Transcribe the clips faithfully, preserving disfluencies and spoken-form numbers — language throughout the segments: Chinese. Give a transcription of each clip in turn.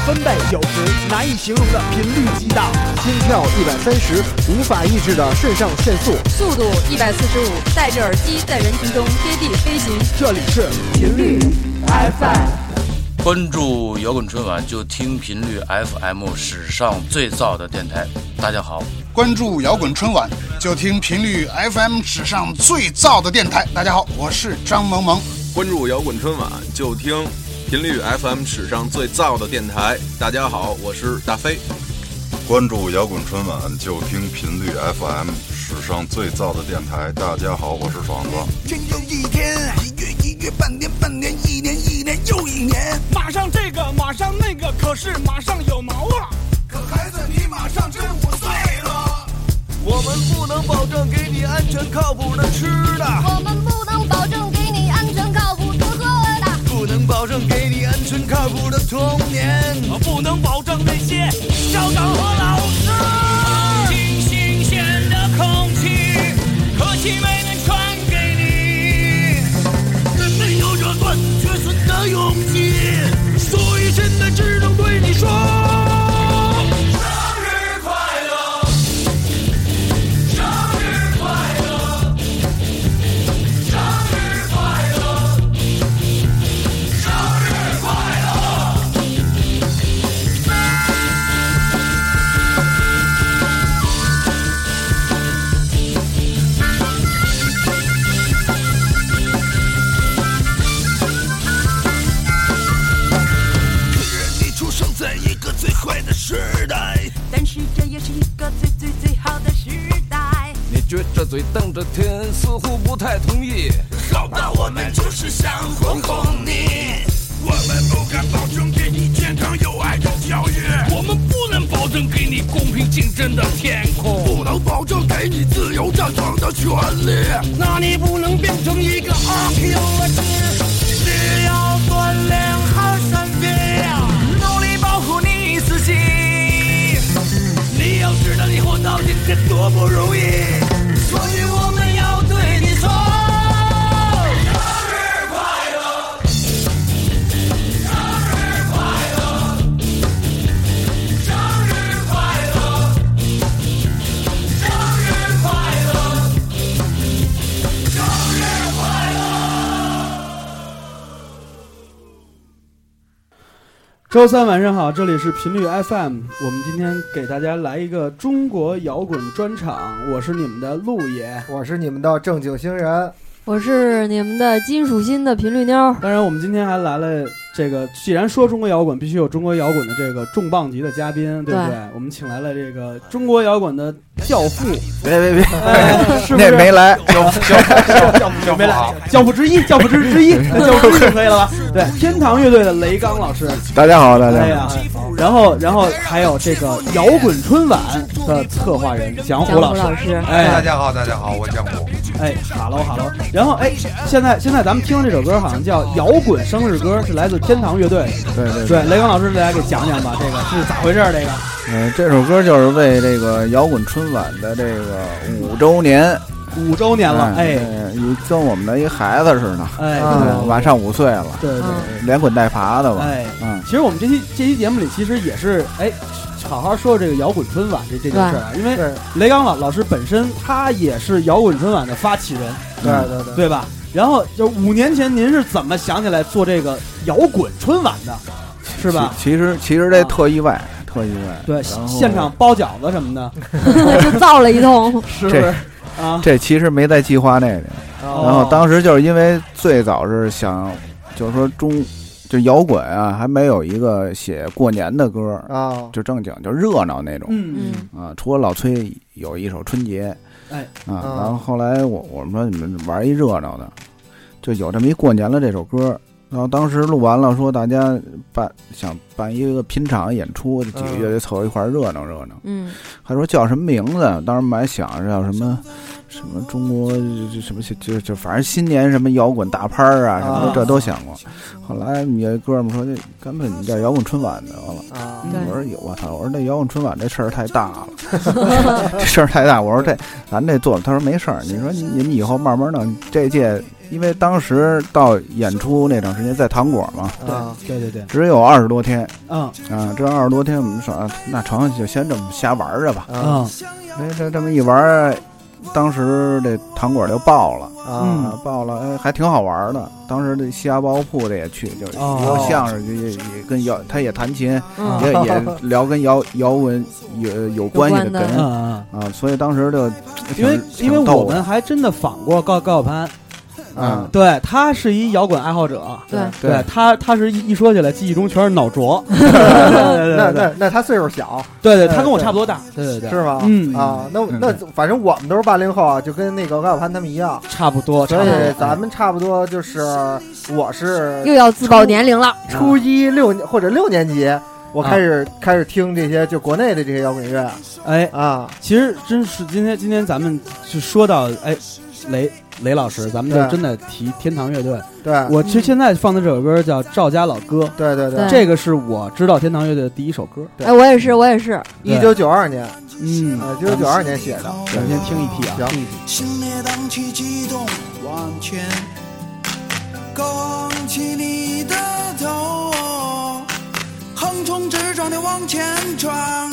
分贝，有时难以形容的频率激荡， 心跳一百三十，无法抑制的肾上腺素， 速度一百四十五，戴着耳机在人群中贴地飞行。 这里是频率 F M。 关注摇滚春晚就听频率 F M 史上最燥的电台。大家好， 关注摇滚春晚就听频率 F M 史上最燥的电台。大家好，我是张萌萌。 关注摇滚春晚就听频率 F M 史上最燥的电台。大家好，我是大飞。 关注摇滚春晚就听频率 F M 史上最燥的电台。大家好，我是爽子。 天又一天，一月一月，半年半年，一年一年又一年， 马上这个马上那个，可是马上有毛啊！ 可孩子你马上真五岁了， 我们不能保证给你安全靠谱的吃的， 我们不能保证给你安全靠谱的喝的， 不能保证给你安全靠谱的童年， 不能保证那些校长和老师新新鲜的空气，可惜没能传给你， 人没有这断绝孙的勇气， 所以现在只能对你说。 最坏的时代， 但是这也是一个最最最好的时代。 你撅着嘴瞪着天，似乎不太同意。 好吧，我们就是想哄哄你，我们不敢保证给你健康有爱的教育， 我们不能保证给你公平竞争的天空， 不能保证给你自由战斗的权利。 那你不能变成一个阿 Q 儿，只要锻炼好身体，努力保护你自己。你要知道你活到今天多不容易，所以我们要对你说生日快乐，生日快乐，生日快乐，生日快乐，生日快乐。 周三晚上好，这里是频率 F M， 我们今天给大家来一个中国摇滚专场，我是你们的陆野， 我是你们的正经星人， 我是你们的金属心的频率妞。 当然我们今天还来了这个，既然说中国摇滚必须有中国摇滚的这个重磅级的嘉宾，对不对？我们请来了这个中国摇滚的教父， 别别别， 哎、是不是那没来， 教父教父没来，教父之一，教父之之一，教父之一就可以了吧？对，天堂乐队的雷刚老师， 大家好，大家好。 哎呀，然后然后还有这个摇滚春晚的策划人蒋虎老师， 老师， 哎，大家好，大家好，我蒋虎。 哎，哈喽哈喽。然后哎，现在现在咱们听的这首歌好像叫摇滚生日歌，是来自天堂乐队。 对对对, 对，雷刚老师，大家给讲讲吧，这个是咋回事？这个， 呃，这首歌就是为这个摇滚春晚的这个五周年， 五周年了，哎， 哎跟我们的一孩子似的， 哎， 嗯、晚上五岁了， 对对， 连滚带爬的吧， 哎， 嗯， 其实我们这期这期节目里其实也是，哎，好好说这个摇滚春晚这这件事儿啊，因为雷刚老老师本身他也是摇滚春晚的发起人， 对对对， 对吧？然后就五年前您是怎么想起来做这个摇滚春晚的，是吧？ 其实其实这特意外。啊特意外， 对，现场包饺子什么的， 就造了一通， 是不是？啊， 这其实没在计划内里。 哦、 然后当时就是因为最早是想，就是说中就摇滚啊，还没有一个写过年的歌啊、哦，就正经就热闹那种。 嗯嗯啊，除了老崔有一首春节， 哎啊，然后后来我我们说你们玩一热闹的，就有这么一过年了这首歌。然后当时录完了，说大家办想办一个拼场演出，几个乐队凑一块热闹热闹。 嗯， 还说叫什么名字？当时我们还想着叫什么什么中国什么就就反正新年什么摇滚大拍啊什么的，这都想过。后来有一哥们说，这干脆你叫摇滚春晚得了。啊，我说有我操！我说这摇滚春晚这事儿太大了，这事儿太大。我说这咱这做了，他说没事儿。你说你你以后慢慢弄，这届因为当时到演出那段时间在糖果嘛， 啊，对对对， 只有二十多天， 嗯啊，这二十多天我们说，那成就先这么瞎玩着吧， 嗯， 哎，这这么一玩，当时这糖果就爆了啊， 爆了，哎，还挺好玩的。当时这西雅包铺的也去，就是聊相声，也也跟摇，他也弹琴，也也聊跟摇摇滚有有关系的跟啊，所以当时就因为因为我们还真的访过高高晓攀。 嗯， 对，他是一摇滚爱好者， 对对，他他是一一说起来，记忆中全是脑浊。 那那那他岁数小， 对对，他跟我差不多大，对对对， 是吗？ 嗯啊，那那反正我们都是八零后啊，就跟那个高晓攀他们一样， 差不多。 所以咱们差不多就是，我是又要自报年龄了， 初一六年或者六年级。我开始、啊、开始听这些就国内的这些摇滚乐， 哎啊， 其实真是今天今天咱们就说到哎雷雷老师，咱们就真的提天堂乐队。 对， 我其实现在放的这首歌叫《赵家老歌》， 对对对， 这个是我知道天堂乐队的第一首歌。 哎，我也是，我也是， 一九九二年， 嗯， 一九九二年写的。 咱们先听一听啊， 行。 心列荡起激动往前，高起你的头。横冲直撞地往前闯，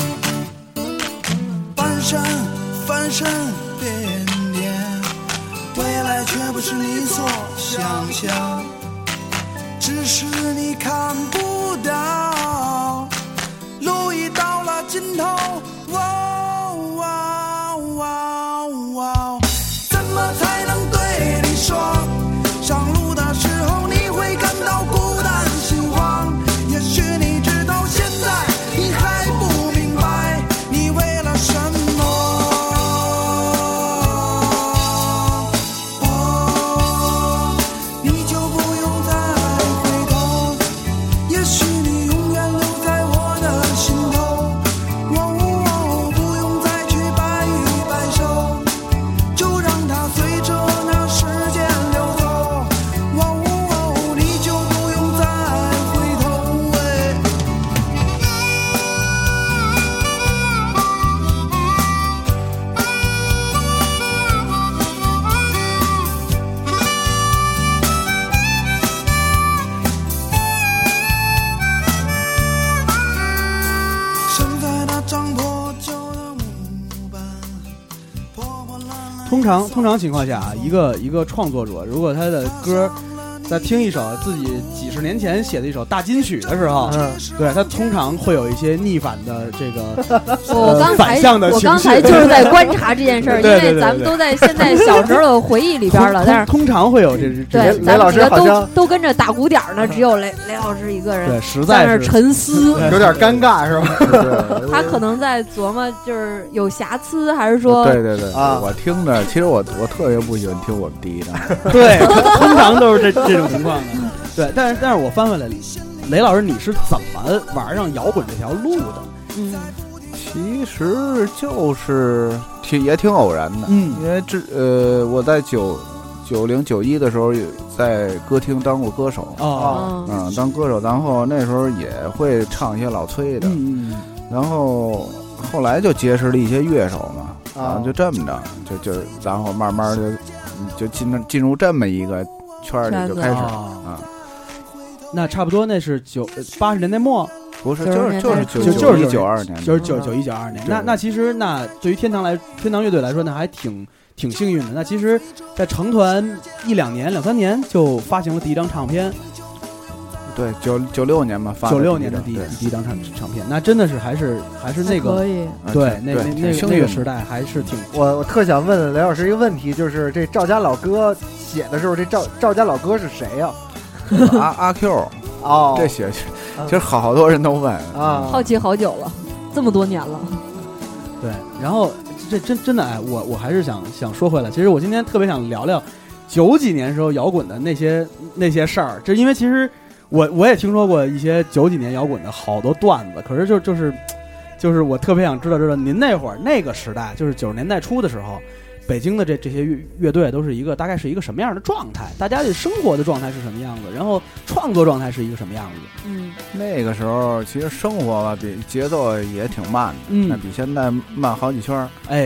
翻身翻身点点，未来却不是你所想象，只是你看不到，路已到了尽头。哇哇哇哇，怎么才能对你说？上路的时候你会感到孤单心慌，也许你。现在你还不明白，你为了什么？哦，你就不用再回头，也许你永远留在我的心头。哦，不用再去摆一摆手，就让它随着那时间流走。哦，你就不用再回头。 通常通常情况下，一个一个创作者，如果他的歌在听一首自己几十年前写的一首大金曲的时候，嗯，对他通常会有一些逆反的这个我刚才反向的情绪。 我刚才就是在观察这件事儿，因为咱们都在现在小时候的回忆里边了，但是通常会有这这对，咱们几个都都跟着打鼓点呢，只有雷雷老师一个人对，实在是沉思， 有点尴尬是吧？ 他可能在琢磨，就是有瑕疵，还是说对对对啊？我听着，其实我我特别不喜欢听我们第一张， 对，通常都是这这种情况的。对，但是但是我翻回来，雷老师你是怎么玩上摇滚这条路的？ 嗯， 其实就是挺也挺偶然的， 嗯， 因为这呃我在九九零九一的时候在歌厅当过歌手哦， 嗯，当歌手，然后那时候也会唱一些老崔的， 嗯， 然后后来就结识了一些乐手嘛，啊，就这么着，就就然后慢慢的就进入进入这么一个圈里就开始啊。 那差不多，那是九八十年代末， 不是，就是就是就就是一九二年， 就是九九一九二年。那那其实那对于天堂来天堂乐队来说，那还挺挺幸运的。那其实，在成团一两年、两三年就发行了第一张唱片。 对，九九六年嘛，发九六年的第第一张唱唱片，那真的是还是还是那个可以， 对，那那那那个时代还是挺。 我我特想问雷老师一个问题，就是这赵家老歌写的时候，这赵赵家老歌是谁呀？ 阿阿 Q 哦， 这写其实好多人都问啊， 好奇好久了，这么多年了。 对，然后这真真的哎，我我还是想想说回来，其实我今天特别想聊聊九几年时候摇滚的那些那些事儿，这因为其实我我也听说过一些九几年摇滚的好多段子，可是就就是就是我特别想知道知道您那会儿那个时代，就是九十年代初的时候。北京的这这些乐乐队都是一个大概是一个什么样的状态？大家的生活的状态是什么样子？然后创作状态是一个什么样子？ 嗯， 那个时候其实生活吧，比节奏也挺慢的， 嗯， 那比现在慢好几圈。 哎，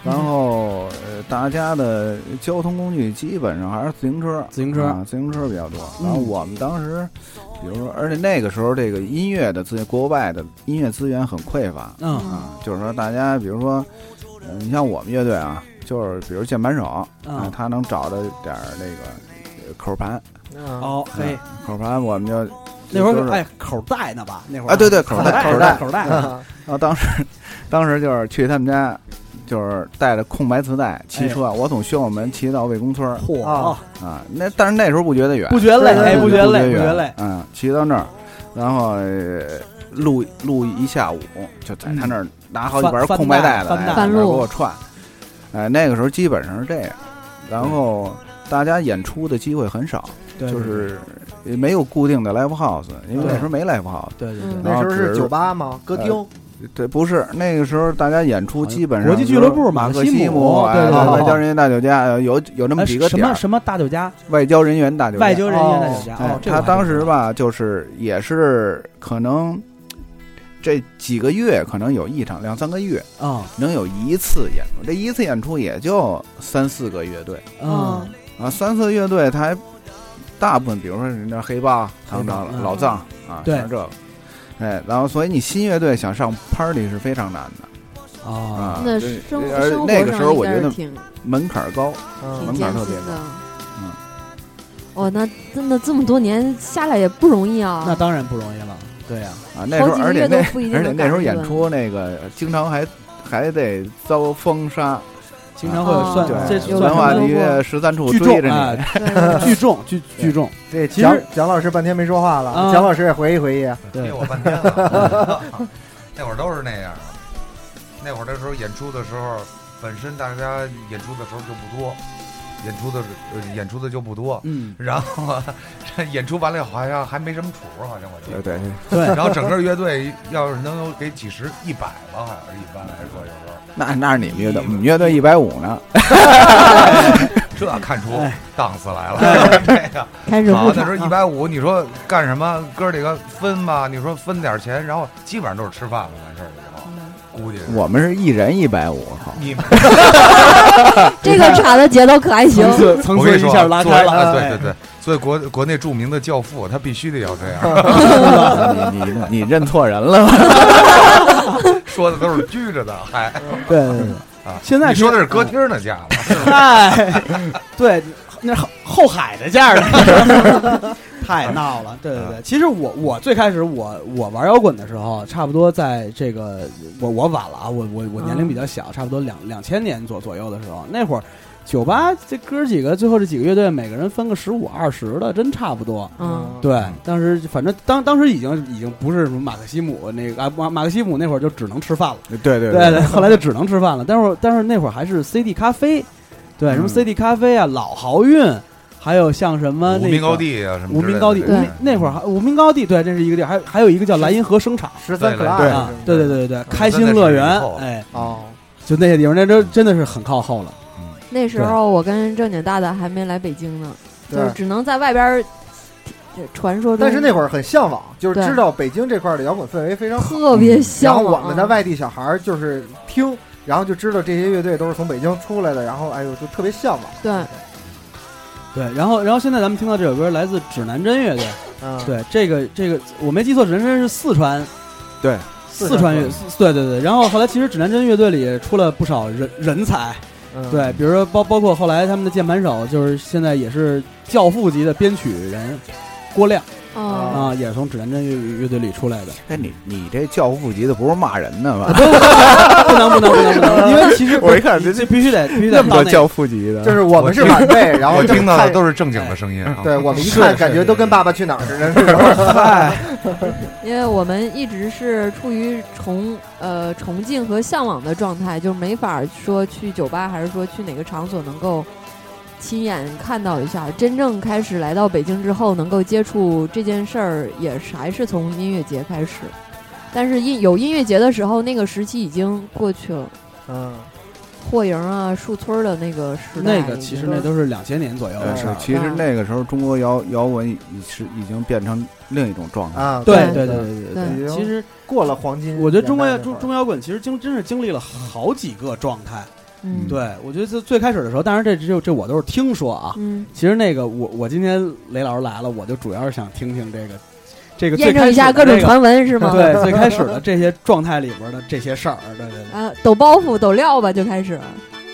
然后呃，大家的交通工具基本上还是自行车， 自行车啊，自行车比较多。然后我们当时，比如说，而且那个时候这个音乐的资国外的音乐资源很匮乏， 嗯啊，就是说大家比如说，呃、你像我们乐队啊，就是比如键盘手，啊、 嗯， 他能找着点儿那个口盘， 哦，嘿， 口盘我们就那会儿哎口袋呢吧，那会儿啊，对对，口袋口袋口袋， 然后当时当时就是去他们家。就是带着空白磁带骑车，哎、我从宣武门骑到魏公村， 嚯啊啊！那但是那时候不觉得远， 不觉得累，哎，不觉得累， 不觉得累， 嗯，骑到那儿，然后录录一下午，就在他那儿拿好几本空白带的， 翻录给我串。哎，那个时候基本上是这样，然后大家演出的机会很少，就是没有固定的 live house， 因为那时候没 live house， 对对对， 那时候是酒吧吗？歌厅。 呃对，不是那个时候，大家演出基本上国际俱乐部、 马克西姆、 对对对， 外交人员大酒家有有那么几个什么什么大酒家， 外交人员大酒家， 外交人员大酒家。 哦，他当时吧，就是也是可能这几个月可能有一场，两三个月啊， 能有一次演出。这一次演出也就三四个乐队， 嗯啊，三四个乐队，他还大部分，比如说人家黑帮、唐朝、老藏啊， 对这个。哎，然后所以你新乐队想上 party 是非常难的啊。 那生而那个时候我觉得门槛高， 嗯、 门槛特别高。 嗯，哦，那真的这么多年下来也不容易啊。 那当然不容易了，对呀、 啊。啊，那时候而且那而且那时候演出那个经常还还得遭封杀。 经常会有算， 哦、 这算文化局十三处追着你，聚众聚聚众。 这蒋蒋老师半天没说话了， 啊、 蒋老师也回忆回忆。 对我半天了，那会儿都是那样。那会儿的时候演出的时候，本身大家演出的时候就不多，演出的呃演出的就不多， 嗯， 然后演出完了好像还没什么谱，好像我记得， 对对， 然后整个乐队要是能有给几十、一百吧，好像是一般来说有时候。 那那是你们乐队，我们乐队一百五呢。 这看出档次来了，这个开始好，那时候一百五，你说干什么？哥几个分吧，你说分点钱，然后基本上都是吃饭了，完事儿以后，估计我们是一人一百五，好， 你这个查的节奏可还行， 层次一下拉开了， 对对对，所以国国内著名的教父，他必须得要这样。 你你你认错人了。 说的都是拘着的，还对对对啊！ 现在你说的是歌厅的价了， 哎，对，那后后海的价呢，太闹了。对对对，其实我我最开始我我玩摇滚的时候，差不多在这个我我晚了啊，我我我年龄比较小，差不多两两千年左左右的时候，那会儿。酒吧这哥几个最后这几个乐队每个人分个十五二十的，真差不多。 嗯， 对，当时反正当当时已经已经不是什么马克西姆那个啊马马克西姆那会儿就只能吃饭了。 对对对对，后来就只能吃饭了。但是但是那会儿还是 C D 咖啡，对，什么 C D 咖啡啊，老豪运，还有像什么那个无名高地啊什么无名高地，无名那会儿还无名高地，对，这是一个地儿，还还有一个叫莱茵河声场， 十三克拉， 对对对对对，开心乐园，哎哦， 就那些地方，那都真的是很靠后了。 那时候我跟正经大大还没来北京呢，就是只能在外边传说中。 但是那会儿很向往，就是知道北京这块的摇滚氛围非常好， 特别向往。 然后我们的外地小孩就是听，然后就知道这些乐队都是从北京出来的，然后哎呦就特别向往。 对， 对，然后然后现在咱们听到这首歌来自指南针乐队， 嗯， 对，这个这个我没记错，指南针是四川， 对， 四川乐，对对对。然后后来其实指南针乐队里出了不少人人才。 嗯、 对，比如说包包括后来他们的键盘手，就是现在也是教父级的编曲人郭亮， 哦、 啊，也是从指南针乐乐队里出来的。 哎，你你这教父级的不是骂人呢吧？ 不能不能不能不能，因为其实我一看这这必须得必须得那么多教父级的， 就是我们是晚辈，然后我听到的都是正经的声音。 对我们一看感觉都跟《爸爸去哪儿》似的。 因为我们一直是处于崇呃崇敬和向往的状态，就没法说去酒吧，还是说去哪个场所能够亲眼看到一下。真正开始来到北京之后，能够接触这件事儿，也是还是从音乐节开始。但是音有音乐节的时候，那个时期已经过去了。 嗯， 霍营啊、树村的那个时代， 那个其实那都是两千年左右的事儿。 其实那个时候，中国摇摇滚已是已经变成另一种状态啊！ 对对对对对，其实过了黄金。 我觉得中国中中摇滚其实经真是经历了好几个状态。 嗯， 对，我觉得最开始的时候，当然这这这我都是听说啊。 嗯， 其实那个我我今天雷老师来了，我就主要是想听听这个这个验证一下各种传闻是吗？ 对，最开始的这些状态里边的这些事儿，对对对。 啊，抖包袱抖料吧，就开始。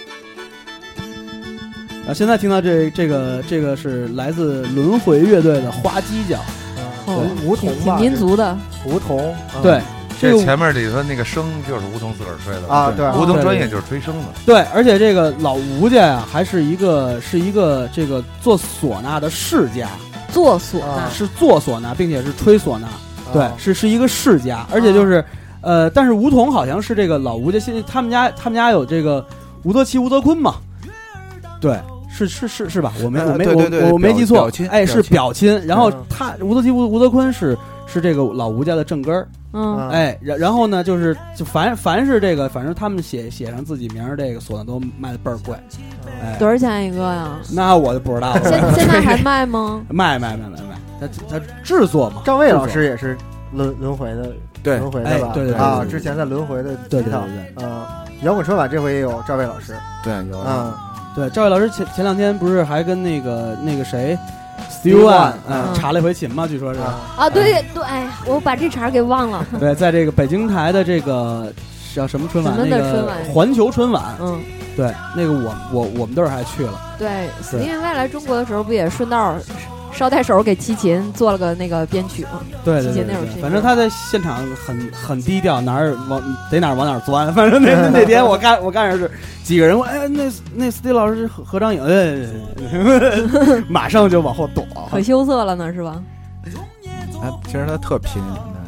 啊，现在听到这这个这个是来自轮回乐队的花犄角， 哦， 梧桐吧， 挺民族的梧桐， 对。 这前面里头那个声就是梧桐自个儿吹的啊，对， 梧桐专业就是吹声的， 对，而且这个老吴家呀，还是一个是一个这个做唢呐的世家， 做唢呐是做唢呐，并且是吹唢呐，对，是是一个世家，而且就是呃，但是梧桐好像是这个老吴家，现在他们家他们家有这个吴德奇、吴德坤嘛，对。是是是是吧？我没我没我我没记错，哎，是表亲。然后他吴德奇吴吴德坤是是这个老吴家的正根儿， 嗯， 哎，然然后呢，就是就凡凡是这个，反正他们写写上自己名儿，这个唢呐都卖的倍儿贵，哎， 多少钱一个呀？ 那我就不知道了。 现现在还卖吗？ 卖卖卖卖卖，他他制作嘛。 赵卫老师也是轮轮回的， 对轮回的吧？ 对对啊，之前在轮回的对对对， 呃，摇滚春晚这回也有赵卫老师， 对有嗯。 对，赵卫老师前前两天不是还跟那个那个谁 ，Steve One 嗯查了一回琴嘛？据说是啊，对对，哎呀，我把这茬给忘了。 对，在这个北京台的这个叫什么春晚？那个环球春晚。 嗯， 对，那个我我我们都是还去了。 对 ，Steve One 来中国的时候不也顺道捎带手给齐秦做了个那个编曲吗？ 对对 对, 对, 对，反正他在现场很很低调，哪儿往得哪儿往哪儿钻。反正那那天我看我看着是几个人，哎，那那 Steve 老师合合张影，哎，马上就往后躲， 可羞涩了呢，是吧？ 哎，其实他特拼，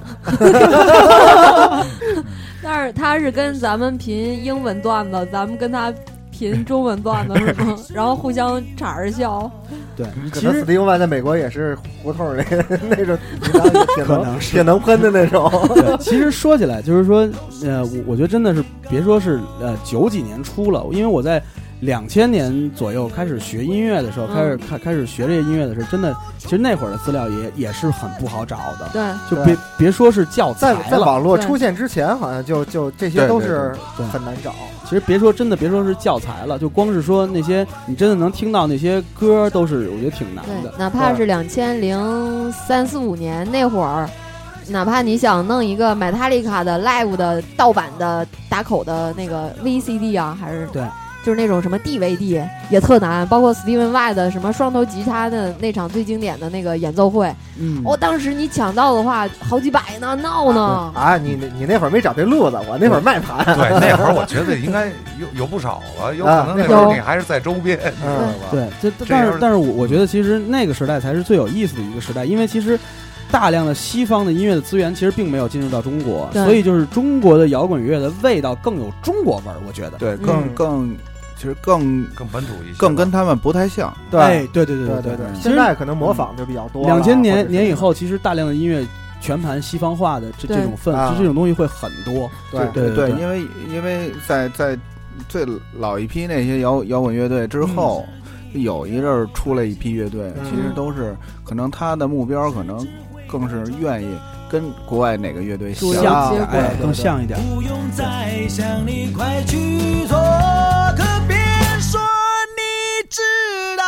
但是他是跟咱们拼英文段子，咱们跟他拼中文段子是吗？然后互相插着笑。 对， 可能 Steve One 在美国也是胡同里那种， 可能是挺能喷的那种。 对，其实说起来，就是说，呃，我我觉得真的是别说是呃九几年出了，因为我在两千年左右开始学音乐的时候， 嗯、 开始开开始学这些音乐的时候，真的，其实那会儿的资料也也是很不好找的。 对， 就别别说是教材了， 在在网络出现之前，好像就就这些都是很难找。 其实别说真的，别说是教材了，就光是说那些你真的能听到那些歌，都是我觉得挺难的。 哪怕是两千零三四五年那会儿，哪怕你想弄一个买塔利卡的 live 的盗版的打口的那个 V C D 啊，还是对。 就是那种什么 D V D 也特难，包括 Steven Y 的什么双头吉他的那场最经典的那个演奏会， 嗯， 我、哦、当时你抢到的话好几百呢，闹呢啊！你你那会儿没找对路子，我那会儿卖盘， 对，那会儿我觉得应该有有不少了，有可能那会儿你还是在周边， 嗯，对，这但是但是我我觉得其实那个时代才是最有意思的一个时代，因为其实。大量的西方的音乐的资源其实并没有进入到中国，所以就是中国的摇滚乐的味道更有中国味儿，我觉得对，更、嗯、更其实更更本土一些， 更跟他们不太像。 对、哎、对对对对对对，现在可能模仿就比较多。 两千年年以后，其实大量的音乐全盘西方化的这这种氛，其实这种东西会很多。 对对对，因为因为在在最老一批那些摇摇滚乐队之后。嗯，有一阵儿出来一批乐队，其实都是可能他的目标可能更是愿意跟国外哪个乐队像，哎，更像一点。 不用再想你，快去做，可别说你知道。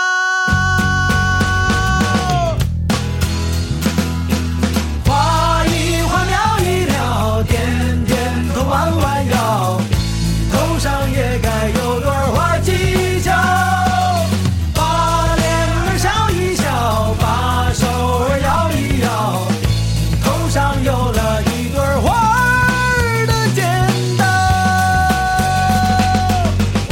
花一花，鸟一鸟，天天都弯弯腰，头上也该有朵花犄角。有了一对花儿的剪刀，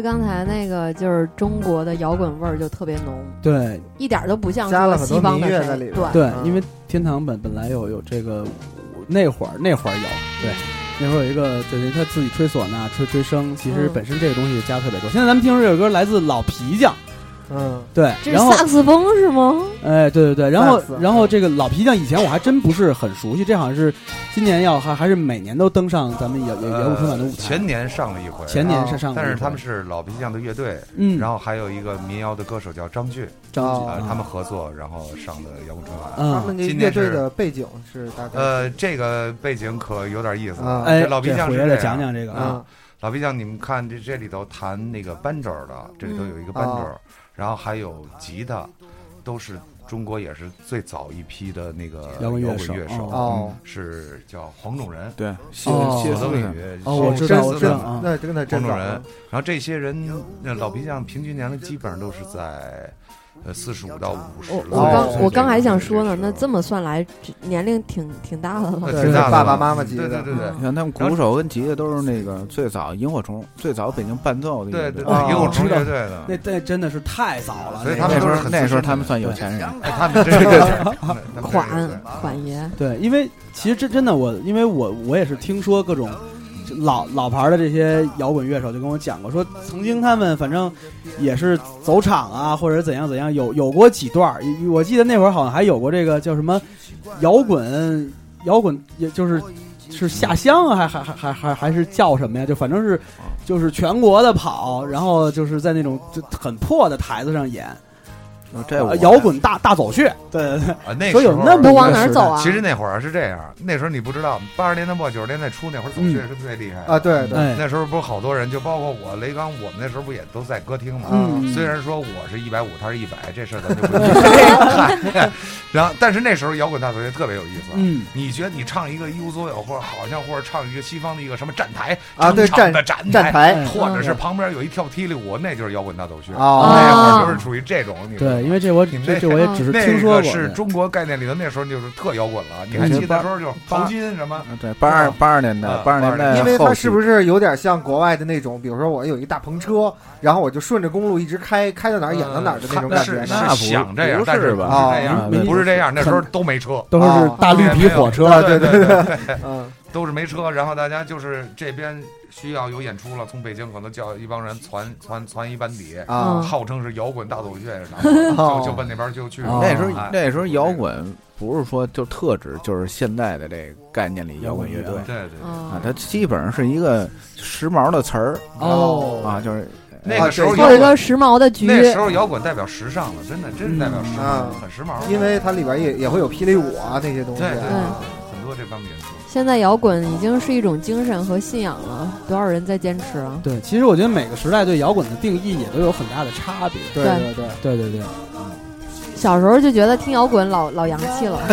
实刚才那个就是中国的摇滚味儿就特别浓， 对， 一点都不像加了很多说西方的民乐谁在里边对对，因为天堂本本来有有这个那会儿那会儿有对。那会儿有一个，就是他自己吹唢呐、吹吹笙，其实本身这个东西加特别多。现在咱们听这首歌来自老皮匠， 嗯， 对， 这是然后萨克斯风是吗？ 哎，对对对，然后萨克斯然后这个老皮匠以前我还真不是很熟悉，这好像是今年要还还是每年都登上咱们摇摇摇滚春晚的舞台。 前年上了一回， 前年是上过一回， 但是他们是老皮匠的乐队， 嗯， 然后还有一个民谣的歌手叫张俊， 张俊啊，他们合作，然后上的摇滚春晚。 嗯他们这乐队的背景是大概呃，这个背景可有点意思。 哎， 老皮匠是回来讲讲这个啊。老皮匠，你们看这这里头弹那个扳手的，这里头有一个扳手，然后还有吉他，都是中国也是最早一批的那个摇滚乐手， 哦， 是叫黄种人， 对， 谢谢宗宇， 哦，我知道，我知道， 那真的黄种人。然后这些人，那老皮匠平均年龄基本上都是在。呃，四十五到五十。 我刚我刚还想说呢，那这么算来，年龄挺挺大的了。 对，爸爸妈妈级的。对对对， 你看他们鼓手跟吉他都是那个最早萤火虫，最早北京伴奏的。 对对对，萤火虫乐队的。 那那真的是太早了， 所以他们那时候那时候他们算有钱人， 他们真是款款爷。 对，因为其实真真的我，因为我我也是听说各种。老老牌的这些摇滚乐手就跟我讲过，说曾经他们反正也是走场啊，或者怎样怎样，有有过几段。我记得那会儿好像还有过这个叫什么摇滚摇滚，也就是是下乡啊，还还还还还还是叫什么呀？就反正是就是全国的跑，然后就是在那种就很破的台子上演。 这摇滚大大走穴，对对对， 啊，那时候有那么都往哪儿走啊？ 其实那会儿是这样，那时候你不知道，八十年代末九十年代初那会儿走穴是最厉害啊，对对， 那时候不是好多人，就包括我雷刚，我们那时候不也都在歌厅嘛？虽然说我是一百五，他是一百，这事儿咱们就不说。然后，但是那时候摇滚大走穴特别有意思。 嗯， 你觉得你唱一个一无所有，或者好像或者唱一个西方的一个什么站台啊，对，站的站站台， 或者是旁边有一跳霹雳舞，那就是摇滚大走穴。 哦， 那会儿就是属于这种。 对，因为这我你们这我也只是听说过， 是中国概念里的那时候就是特摇滚了。你还记得那时候就是头巾什么？ 对，八二八二年代，八二年代， 因为它是不是有点像国外的那种？比如说我有一大篷车，然后我就顺着公路一直开，开到哪儿演到哪儿的那种感觉。 是想这样，但是吧？ 不是这样，不是这样。那时候都没车， 都是大绿皮火车， 对对对，嗯，都是没车。然后大家就是这边需要有演出了，从北京可能叫一帮人攒攒攒一班底， 啊， 号称是摇滚大走穴，然后就就奔那边就去。 那时候那时候摇滚不是说就特指就是现在的这个概念里摇滚乐队， 对对啊，它基本上是一个时髦的词儿哦啊，就是。 那个时候有一个时髦的局， 那时候摇滚代表时尚了，真的，真是代表时尚，很时髦。 因为它里边也也会有霹雳舞啊那些东西， 对对，很多这方面元素。 现在摇滚已经是一种精神和信仰了，多少人在坚持啊？ 对，其实我觉得每个时代对摇滚的定义也都有很大的差别。 对对对对对对。 小时候就觉得听摇滚老老洋气了。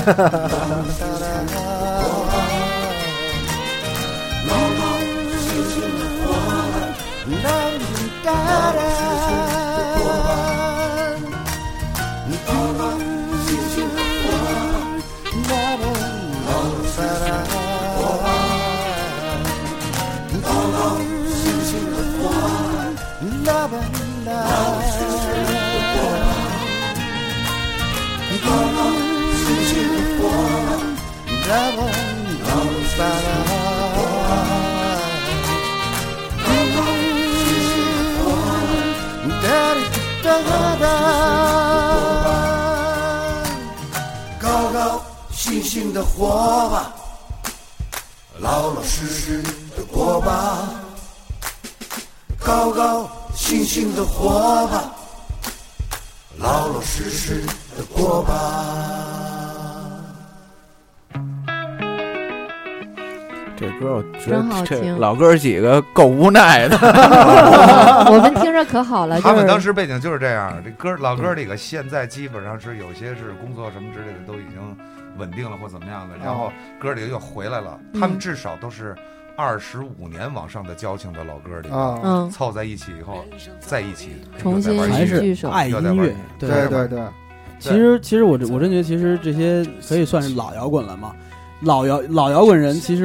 高高兴兴的活吧，老老实实的过吧，高高兴兴的活吧，老老实实的过吧。 这歌我觉真好听， 得这老哥几个够无奈的。 我们听着可好了， 他们当时背景就是这样。这歌老歌里个现在基本上是有些是工作什么之类的都已经稳定了或怎么样的，然后歌里又回来了。他们至少都是二十五年往上的交情的老歌里， 嗯， 凑在一起以后在一起重新还是爱音乐。 对对对。 其实其实我我真觉得其实这些可以算是老摇滚了嘛。老摇老摇滚人其实。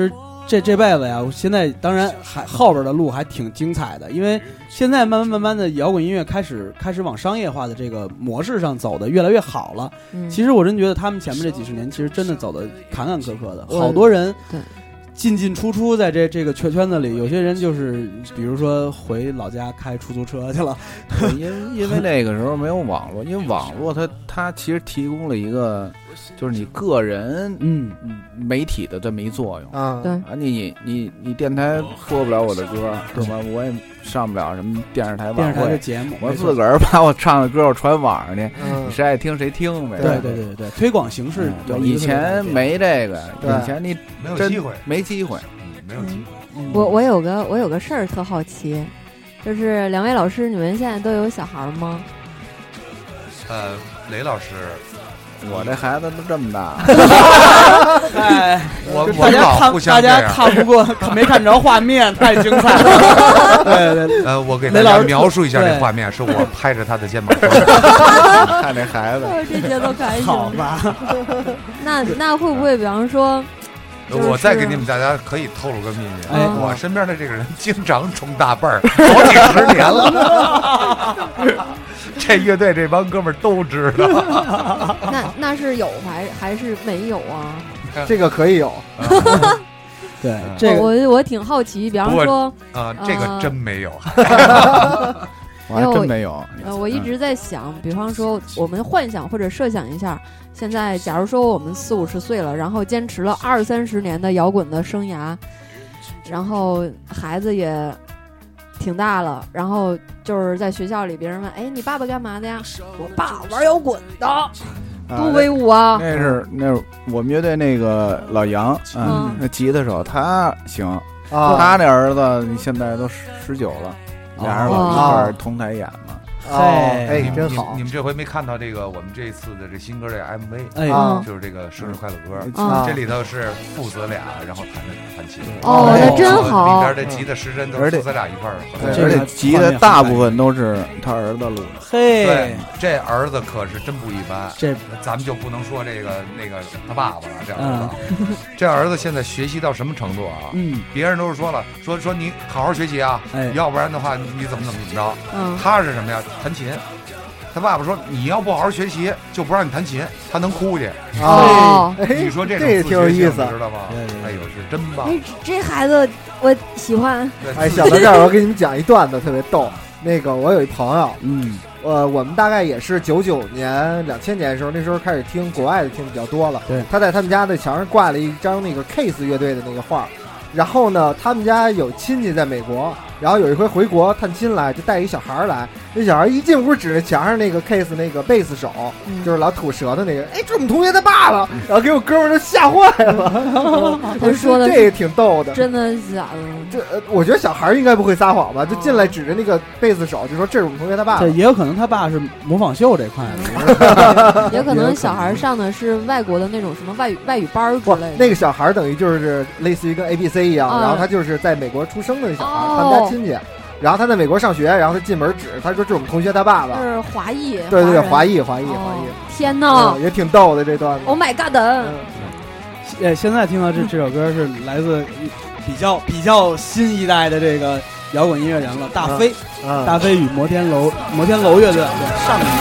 这这辈子呀，我现在当然还后边的路还挺精彩的，因为现在慢慢慢慢的摇滚音乐开始开始往商业化的这个模式上走的越来越好了。 嗯、 其实我真觉得他们前面这几十年其实真的走的坎坎坷坷的，好多人对。 进进出出在这这个圈圈子里，有些人就是比如说回老家开出租车去了， 因为因为那个时候没有网络，因为网络它它其实提供了一个就是你个人嗯媒体的这么一作用啊， 对啊，你你你电台播不了我的歌，对吧？我也上不了什么电视台晚会、 电视台的节目， 我自个儿把我唱的歌我传网上去， 嗯、 谁爱听谁听呗。 对对对对对，推广形式、 嗯、对，以前没这个，以前你没有机会， 没机会， 嗯、没有机会。 嗯、我我有个我有个事儿特好奇，就是两位老师，你们现在都有小孩吗？ 呃，雷老师。 我这孩子都这么大， 哎， 我大家看大家看不过，没看着画面，太精彩了。对对， 呃，我给大家描述一下这画面，是我拍着他的肩膀看这孩子， 这节奏开心， 好吧？ 那那会不会，比方说？就是、 我再给你们大家可以透露个秘密， 哎， 我身边的这个人经常冲大辈儿，好几十年了。这乐队这帮哥们儿都知道。 那那是有还还是没有啊？ 这个可以有。 对，这个我我挺好奇，比方说啊、呃，这个真没有。 我还真没有。 呃，我一直在想，比方说，我们幻想或者设想一下，现在假如说我们四五十岁了，然后坚持了二三十年的摇滚的生涯，然后孩子也挺大了，然后就是在学校里，别人问：“哎，你爸爸干嘛的呀？”我爸玩摇滚的，多威武啊！ 那是那是我们乐队那个老杨，嗯， 嗯那吉他手他行， 啊、 他那儿子你现在都十九了。俩人一块儿同台演嘛， 哦，哎，真好！ 你们这回没看到这个我们这次的这新歌这 M V， 哎， 就是这个生日快乐歌， 啊、 这里头是父子俩，然后弹着弹琴， 哦，那真好！ 里边的吉他时针都是父子俩一块儿， 而且吉他大部分都是他儿子录的。 嘿， 对，这儿子可是真不一般。 这咱们就不能说这个那个他爸爸了，这儿子，嗯、这儿子现在学习到什么程度啊？ 嗯， 别人都是说了，说说你好好学习啊， 哎， 要不然的话你怎么怎么怎么着？ 嗯， 他是什么呀？弹琴。他爸爸说：“你要不好好学习，就不让你弹琴。”他能哭去。 哦， 你说这种这挺有意思， 知道吗？哎呦，是真棒！ 哎，这孩子我喜欢。 哎，想到这儿，我给你们讲一段子，特别逗。那个，我有一朋友， 嗯， 呃，我们大概也是九九年、两千年的时候，那时候开始听国外的，听比较多了。 对， 他在他们家的墙上挂了一张那个 Kiss 乐队的那个画。然后呢，他们家有亲戚在美国，然后有一回回国探亲来，就带一小孩来。那小孩一进屋指着墙上那个 Case 那个贝斯手， 嗯、 就是老吐舌头那个，哎，这是我们同学他爸爸，然后给我哥们儿都吓坏了。 他说的这也挺逗的， 真的假的？ 这、呃、我觉得小孩应该不会撒谎吧？就进来指着那个贝斯手，就说这是我们同学他爸爸。 这也有可能他爸是模仿秀这块的， 也可能小孩上的是外国的那种什么外语外语班之类的。 那个小孩等于就是类似于跟 A B C 一样， 啊、 然后他就是在美国出生的小孩， 哦、 他们家亲戚。然后他在美国上学，然后他进门指，他说这是我们同学他爸爸， 是华裔， 对对对，华裔华裔华裔。 天哪、 嗯，也挺逗的这段子。 Oh my god！ 呃、嗯，现在听到这这首歌是来自比较比较新一代的这个摇滚音乐人了，大飞， 嗯、 大飞与摩天楼摩天楼乐队上一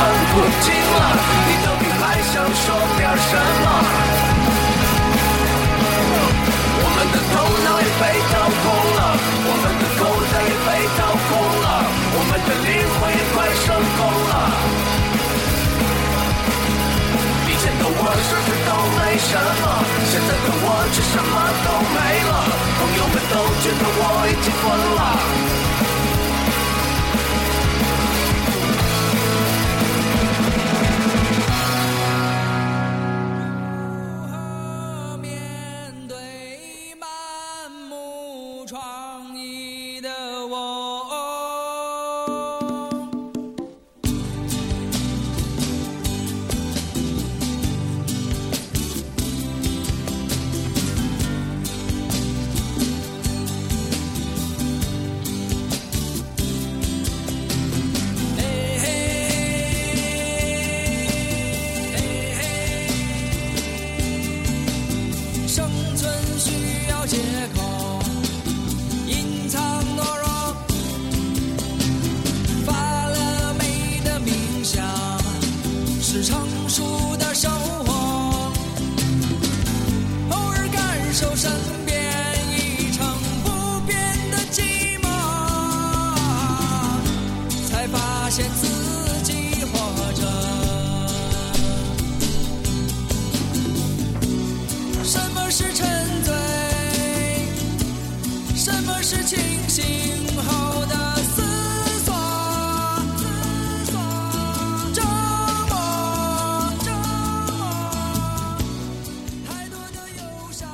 什么？现在的我却什么都没了，朋友们都觉得我已经疯了。面对满目疮痍的我。 熟的生活，偶尔感受身边一成不变的寂寞，才发现自己活着。什么是沉醉？什么是清醒后的思索？思索折磨，折磨，太多的忧伤。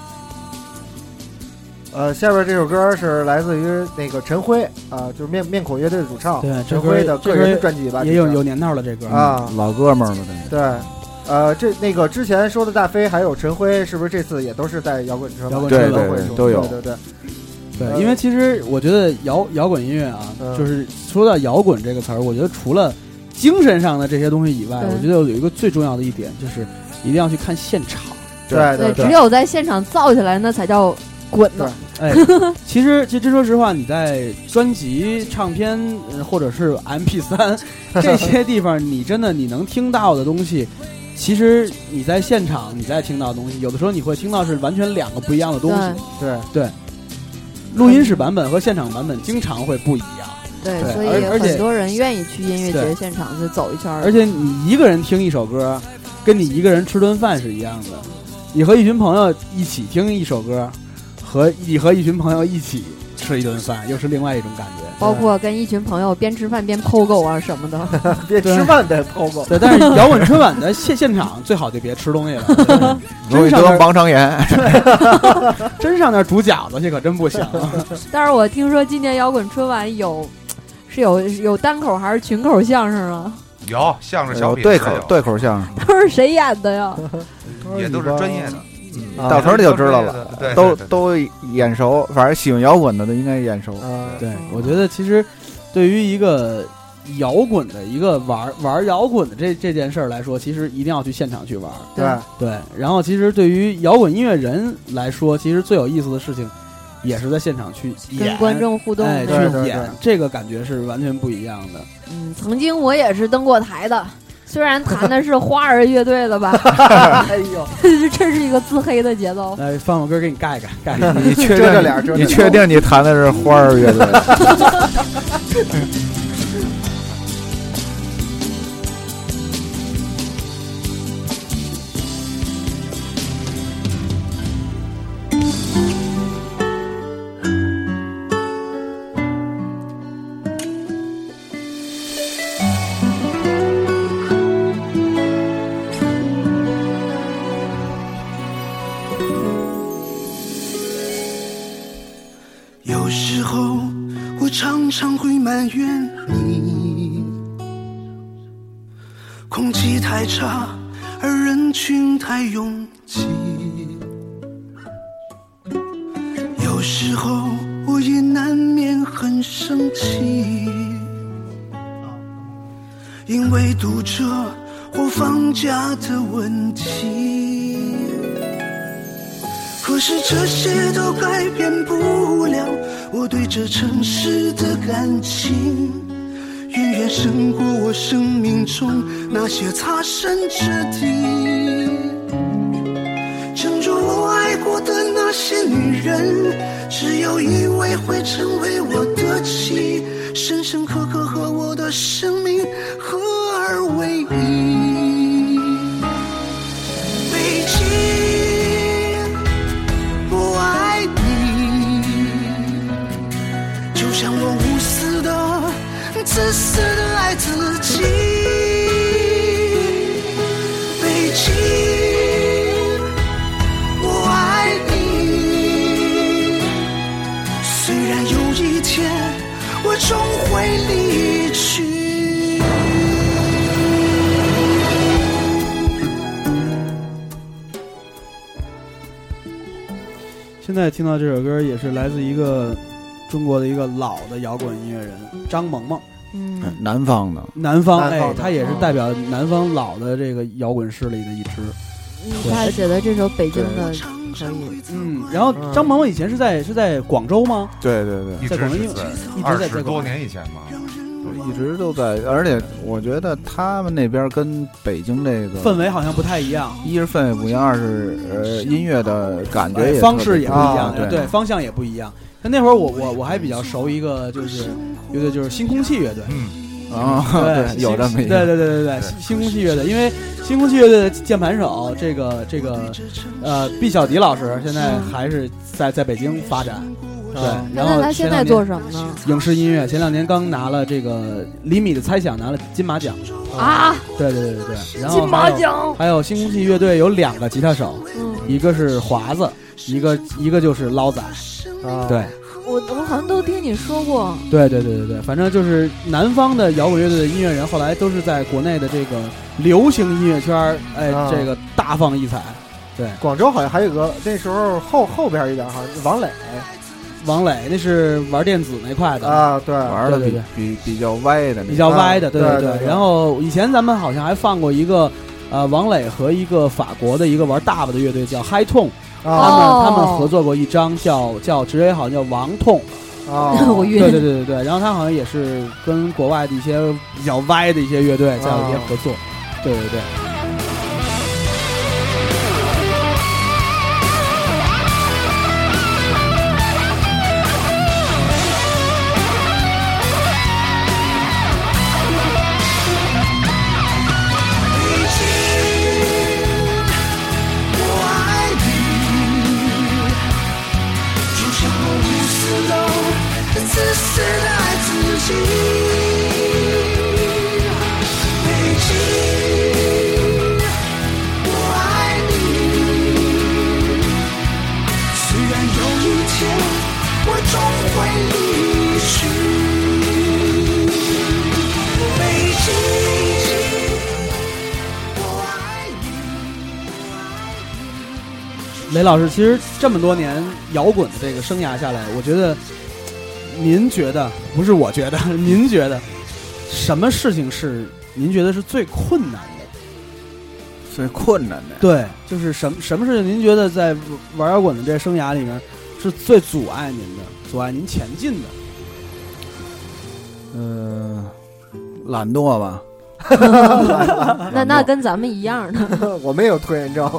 呃，下边这首歌是来自于那个陈辉啊、呃，就是面面孔乐队的主唱， 对， 陈辉的个人的专辑吧， 也有有年头了，这歌啊， 老哥们儿了，这对。呃，这那个之前说的大飞还有陈辉，是不是这次也都是在摇滚车？ 摇滚车对对对都有， 对对对。 对，因为其实我觉得摇摇滚音乐啊， 嗯、 就是说到摇滚这个词儿，我觉得除了精神上的这些东西以外，我觉得有一个最重要的一点就是一定要去看现场。 对对，只有在现场造起来，那才叫滚呢。 哎，其实其实真说实话，你在专辑、唱片、呃、或者是 M P 三 这些地方，你真的你能听到的东西。其实你在现场，你在听到的东西，有的时候你会听到是完全两个不一样的东西。 对对，录音室版本和现场版本经常会不一样。 对， 对所以很多人愿意去音乐节现场去走一圈。 而且你一个人听一首歌，跟你一个人吃顿饭是一样的。你和一群朋友一起听一首歌，和你和一群朋友一起吃一顿饭，又是另外一种感觉。 包括跟一群朋友边吃饭边 P O G O 啊什么的， 边吃饭边 P O G O。 对，但是摇滚春晚的现现场最好就别吃东西了， 真上点盲肠炎， 真上点煮饺子去可真不行。 但是我听说今年摇滚春晚有是有有单口还是群口相声啊？ 有相声小品， 对口对口相声， 都是谁演的呀？ 也都是专业的。 嗯、到头你就知道了， 对对对都都眼熟，反正喜欢摇滚的都应该眼熟。 嗯，对，我觉得其实对于一个摇滚的一个玩玩摇滚的这这件事儿来说，其实一定要去现场去玩。 对对，然后其实对于摇滚音乐人来说，其实最有意思的事情也是在现场去演， 跟观众互动， 哎， 对对对去演，这个感觉是完全不一样的。 嗯，曾经我也是登过台的。虽然弹的是花儿乐队的吧， 哎呦， 这真是一个自黑的节奏。 来，放首歌给你盖盖盖盖。 你确定遮着脸，遮着脸， 你确定你弹的是花儿乐队？ 有时候我常常会埋怨你，空气太差，而人群太拥挤。有时候我也难免很生气，因为堵车或放假的问题。可是这些都改变不了我对这城市的感情，远远胜过我生命中那些擦身之地。正如我爱过的那些女人，只有一位会成为我的妻，深深刻刻和我的生命合而为一。北京像我无私的、自私的爱自己。北京，我爱你。虽然有一天我终会离去。 现在听到这首歌也是来自一个中国的一个老的摇滚音乐人张萌萌， 嗯， 南方的， 南方， 南方哎，他也是代表南方老的这个摇滚势力的一支。 嗯，他写的这首《北京的》可以， 嗯，然后张萌萌以前是在是在广州吗？ 对对对， 一直在广州， 是一直二在在十多年以前嘛。 一直都在，而且我觉得他们那边跟北京这个氛围好像不太一样， 一是氛围不一样，二是呃音乐的感觉也方式也不一样， 啊、对对，方向也不一样。但那会儿我我我还比较熟一个就是乐队，就是新空气乐队。 嗯啊， 对， 有这么一个， 对对对对对，新空气乐队，因为新空气乐队的键盘手这个这个呃毕小迪老师现在还是在在北京发展。对，然后他现在做什么呢？ 影视音乐，前两年刚拿了这个厘米的猜想，拿了金马奖啊！ 对对对对对，然后金马奖还有新空气乐队有两个吉他手， 嗯， 一个是华子，一个一个就是捞仔， 啊， 对。 我我好像都听你说过， 对对对对对，反正就是南方的摇滚乐队的音乐人，后来都是在国内的这个流行音乐圈，哎， 啊、 这个大放异彩。对， 广州好像还有个那时候后后边一点，好像王磊， 王磊那是玩电子那块的啊，对， 玩的比比比较歪的， 比较歪的，对对对。然后以前咱们好像还放过一个，呃，王磊和一个法国的一个玩大巴的乐队叫 High Tone。他们、 哦、 他们合作过一张叫叫职业好像叫王痛， 哦， 我晕， 对对对对对，然后他好像也是跟国外的一些比较歪的一些乐队在有一些合作，哦、对对对。雷老师，其实这么多年摇滚的这个生涯下来，我觉得，您觉得不是我觉得，您觉得什么事情是您觉得是最困难的？ 最困难的？ 对，就是什么什么事情您觉得在玩摇滚的这生涯里面是最阻碍您的，阻碍您前进的？ 嗯、呃，懒惰吧。 那那跟咱们一样的， 我没有拖延症。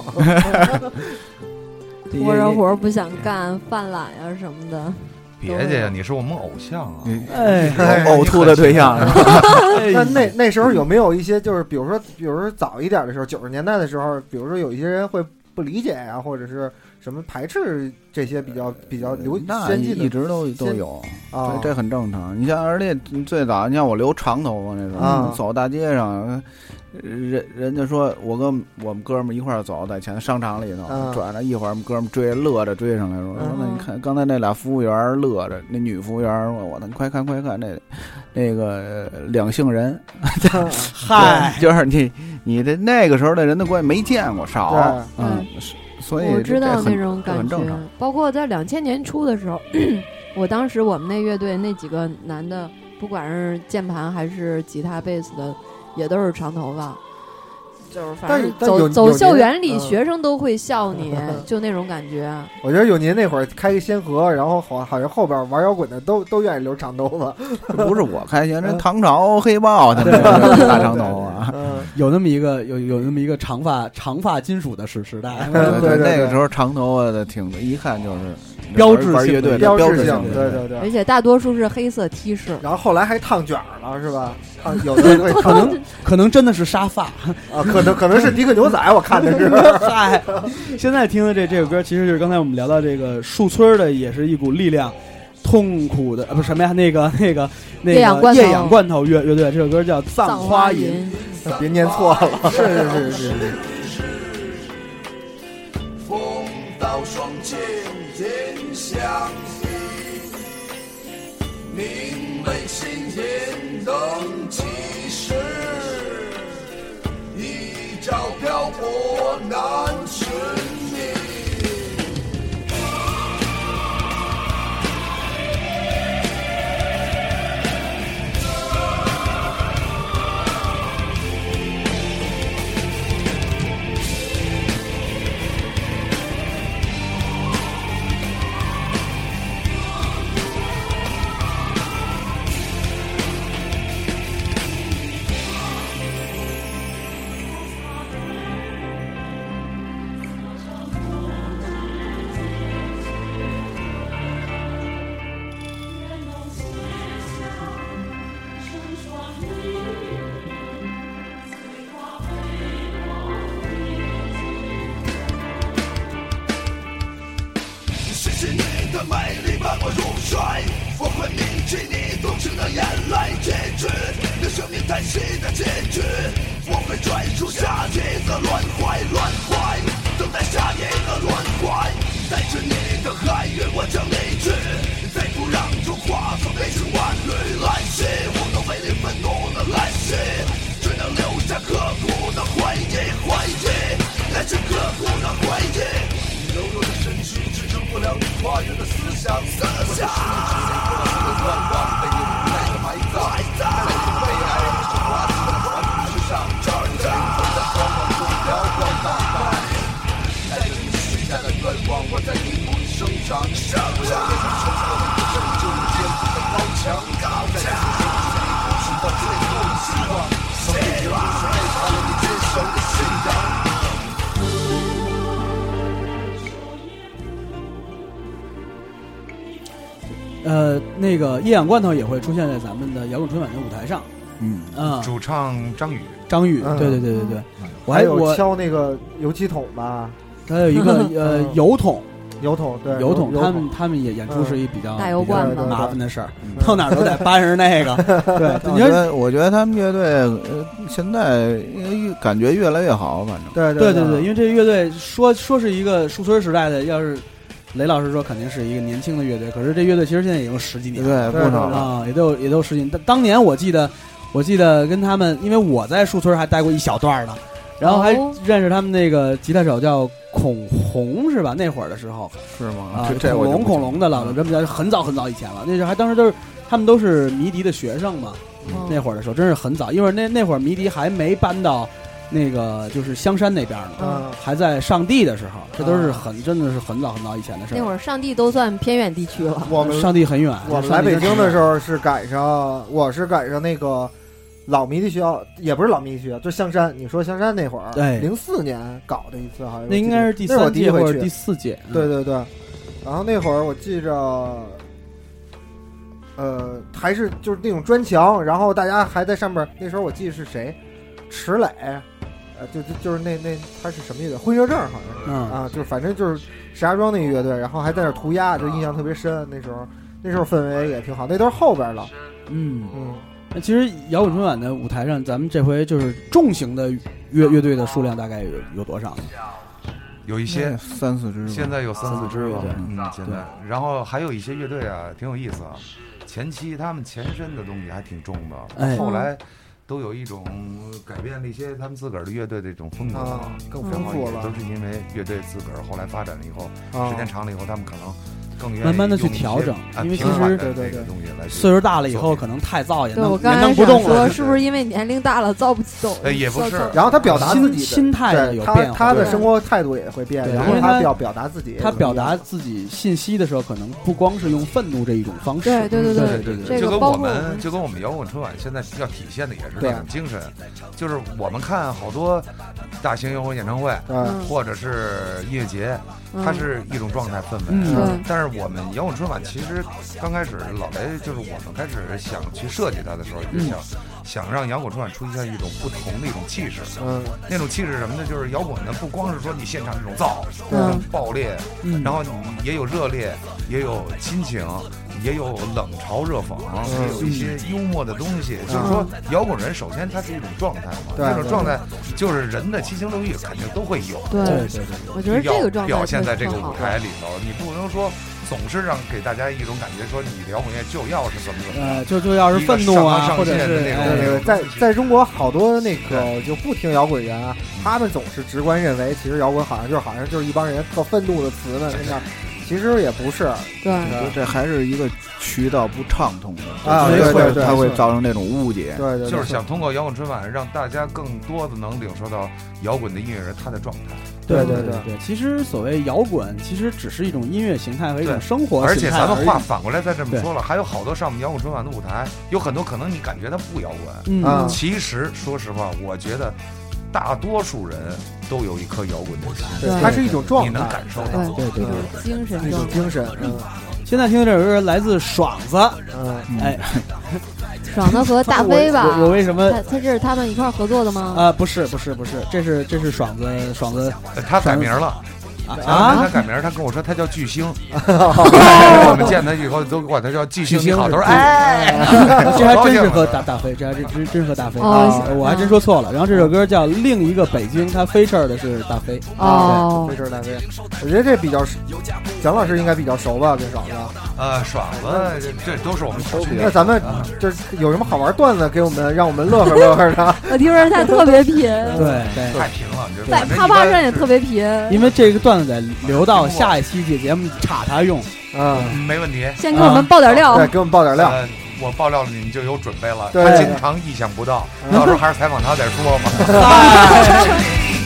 活着活不想干，犯懒呀、啊、什么的。 别介呀，你是我们偶像啊！ 哎， 呕吐的对象。 那那那时候有没有一些，就是比如说，比如说早一点的时候，九十年代的时候，比如说有一些人会不理解呀、啊，或者是什么排斥这些比较比较流先进的， 一直都都有啊， 这很正常。你像，而且最早，你像我留长头发那时候， 啊、 走大街上。人人家说我跟我们哥们一块儿走，在前商场里头、嗯、转着，一会儿我们哥们追乐着追上来说，说、嗯、那你看刚才那俩服务员乐着，那女服务员说我你快看快看那那个两性人， 嗨， 就是你你这那个时候的人的关系没见过少， 嗯， 所以我知道那种感觉，包括在两千年初的时候，我当时我们那乐队那几个男的，不管是键盘还是吉他、贝斯的。也都是长头发，就是反正走走校园里，学生都会笑你，嗯、就那种感觉。 我觉得有您那会儿开个先河，然后好好像后边玩摇滚的都都愿意留长头发。 不是我开先，这唐朝黑豹他们大长头发， 有那么一个有有那么一个长发长发金属的时时代。 对对，那个时候长头发的挺一看就是。 标志性乐队标志性， 对对对， 而且大多数是黑色 T 恤， 然后后来还烫卷了，是吧？烫有的会可能可能真的是沙发啊，可能可能是迪克牛仔，我看的是。 嗨，现在听的这这首歌，其实就是刚才我们聊到这个树村的，也是一股力量，痛苦的，呃，不是什么呀？那个那个那个夜氧罐头乐乐队，这首歌叫《葬花吟》， 别念错了。 是是是是。 风刀双剑。相依，明媚心间灯起时，一朝漂泊难寻觅。 的美丽伴我入睡，我会铭记你动情的眼泪，结局你生命叹息的结局，我会追逐夏季的轮回，轮回等待下一个轮回，带着你的海域我将离去，在土壤中化作悲情万缕来袭，我都为你愤怒的来袭，只能留下刻骨的回忆，回忆来自刻骨的回忆，柔弱的身躯支撑不了你跨越的思想，思想乱乱被你无奈的埋葬，在你的悲哀是滑稽的船只上这儿在在光芒中辽阔大海，带着你许下的愿望，我在泥土里生长，生长，承受你的拯救坚固的高墙，高墙，直到最后的希望，生命也不是背叛了你坚守的信仰。 呃，那个夜氧罐头也会出现在咱们的摇滚春晚的舞台上。 嗯啊， 主唱张宇， 张宇， 嗯、 对对对对对，我还有我敲那个油漆桶吧， 还有一个呃油桶。 油桶对油桶， 油他们他们也演出是一比较大油罐子麻烦的事儿，到哪儿都得搬上那个。对， 我觉得我觉得他们乐队呃现在感觉越来越好，反正对对对对，因为这个乐队说说是一个树村时代的，要是雷老师说肯定是一个年轻的乐队，可是这乐队其实现在也有十几年了， 对，不少啊，也都有也都有十几年。当年我记得我记得跟他们，因为我在树村还待过一小段呢。然后还认识他们那个吉他手叫孔红是吧？那会儿的时候是吗？ 啊，恐龙恐龙的老了，这么叫很早很早以前了。那时候还当时都是他们都是迷笛的学生嘛。 嗯、 那会儿的时候真是很早，因为那那会儿迷笛还没搬到那个就是香山那边呢， 嗯、 还在上地的时候，这都是很真的是很早很早以前的事儿。 那会儿上地都算偏远地区了， 我们上地很远。 我们来北京的时候是赶上，我是赶上那个。老迷笛学校也不是老迷笛学校，就是香山。你说香山那会儿， 对， 零四年搞的一次，好像那应该是第三届或者第四届。 对对对，然后那会儿我记着，呃，还是就是那种砖墙，然后大家还在上面。那时候我记得是谁，池磊，呃，就就就是那那他是什么乐队？混血症好像是、 嗯、 啊，就是反正就是石家庄那个乐队，然后还在那涂鸦，就印象特别深。那时候那时候氛围也挺好，那都是后边了。 嗯嗯。 那其实摇滚春晚的舞台上，咱们这回就是重型的乐乐队的数量大概有有多少呢？ 有一些三四支， 现在有三四支了。嗯，现在，然后还有一些乐队啊，挺有意思啊。前期他们前身的东西还挺重的， 哎、 后来都有一种改变了一些他们自个儿的乐队的这种风格， 啊、更丰富了。 都是因为乐队自个儿后来发展了以后， 啊、 时间长了以后，他们可能。 慢慢的去调整，因为其实对对对， 岁数大了以后，可能太燥也弄也弄不动了。是不是因为年龄大了造不动？ 呃，也不是。 然后他表达自己心态有变化， 他的生活态度也会变。然后他表表达自己， 他表达自己信息的时候，可能不光是用愤怒这一种方式。 对对对对对对，就跟我们就跟我们摇滚春晚现在要体现的也是这种精神，就是我们看好多大型摇滚演唱会，或者是音乐节，它是一种状态氛围。但是我们摇滚春晚其实刚开始老雷就是我们开始想去设计它的时候，也想、嗯、想让摇滚春晚出现一种不同的一种气势。 嗯， 那种气势什么呢？就是摇滚呢，不光是说你现场这种燥、这种爆裂， 嗯， 然后你也有热烈，也有亲情，也有冷嘲热讽，也有一些幽默的东西。 嗯、 就是说，摇滚人首先它是一种状态嘛，这种状态就是人的七情六欲肯定都会有。 对对对， 我觉得这个状态表现在这个舞台里头，你不能说。总是让给大家一种感觉，说你的摇滚乐就要是怎么怎么， 呃，就就要是愤怒啊，或者是那种。 对对，在在中国好多那个就不听摇滚人啊，他们总是直观认为，其实摇滚好像就是好像就是一帮人特愤怒的词们那样，其实也不是。 对， 这还是一个渠道不畅通的啊，对对对， 它会造成那种误解。 对对， 就是想通过摇滚春晚让大家更多的能领受到摇滚的音乐人他的状态。 对对对对，其实所谓摇滚，其实只是一种音乐形态和一种生活形态。 而且咱们话反过来再这么说了，还有好多上我们摇滚春晚的舞台，有很多可能你感觉它不摇滚， 嗯， 其实说实话，我觉得大多数人都有一颗摇滚的心， 对，它是一种状态， 你能感受到， 对对对， 精神一种精神。嗯， 现在听的这首歌来自爽子， 嗯， 哎。 爽子和大飞吧， 我, 我, 我为什么？ 他他这是他们一块合作的吗？ 啊、呃，不是不是不是，这是这是爽子爽子， 他改名了啊，他改名，他跟我说他叫巨星，我们见他以后都管他叫巨星。你好，他说哎， 这还真是和大大飞，这还真真真和大飞啊，我还真说错了。然后这首歌叫《另一个北京》，他feature的是大飞哦 ，feature大飞。我觉得这比较，蒋老师应该比较熟吧，跟爽子。 呃，爽子这都是我们熟悉的。 那咱们这有什么好玩段子给我们，让我们乐呵乐呵的？ 我听说他特别贫， 对对， 太贫了， 在啪啪上也特别贫。 因为这个段子得留到下一期节目插他用， 嗯，没问题。 先给我们爆点料， 对，给我们爆点料。 我爆料了，你们就有准备了。他经常意想不到，到时候还是采访他再说吧。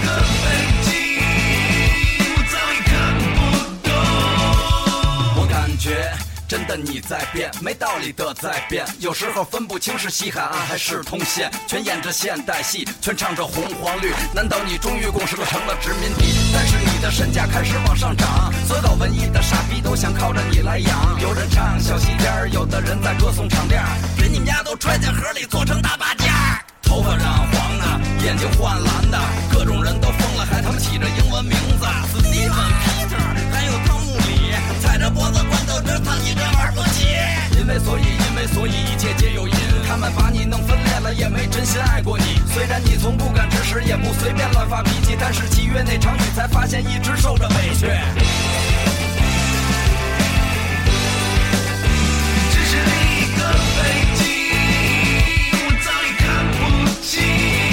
真的你在变，没道理的在变，有时候分不清是西海岸还是通县，全演着现代戏，全唱着红黄绿，难道你终于共识了成了殖民地？但是你的身价开始往上涨，所有搞文艺的傻逼都想靠着你来养，有人唱小戏天，有的人在歌颂场面，给你们家都揣进盒里做成大把件，头发染黄的，眼睛换蓝的，各种人都疯了，还他妈起着英文名字，史蒂芬、Peter，还有汤姆里，踩着脖子光头直躺你这玩不起。因为所以，因为所以，一切皆有因。他们把你弄分裂了，也没真心爱过你。虽然你从不敢直视，也不随便乱发脾气，但是七月那场雨才发现一直受着委屈。只是另一个北京，我早已看不清。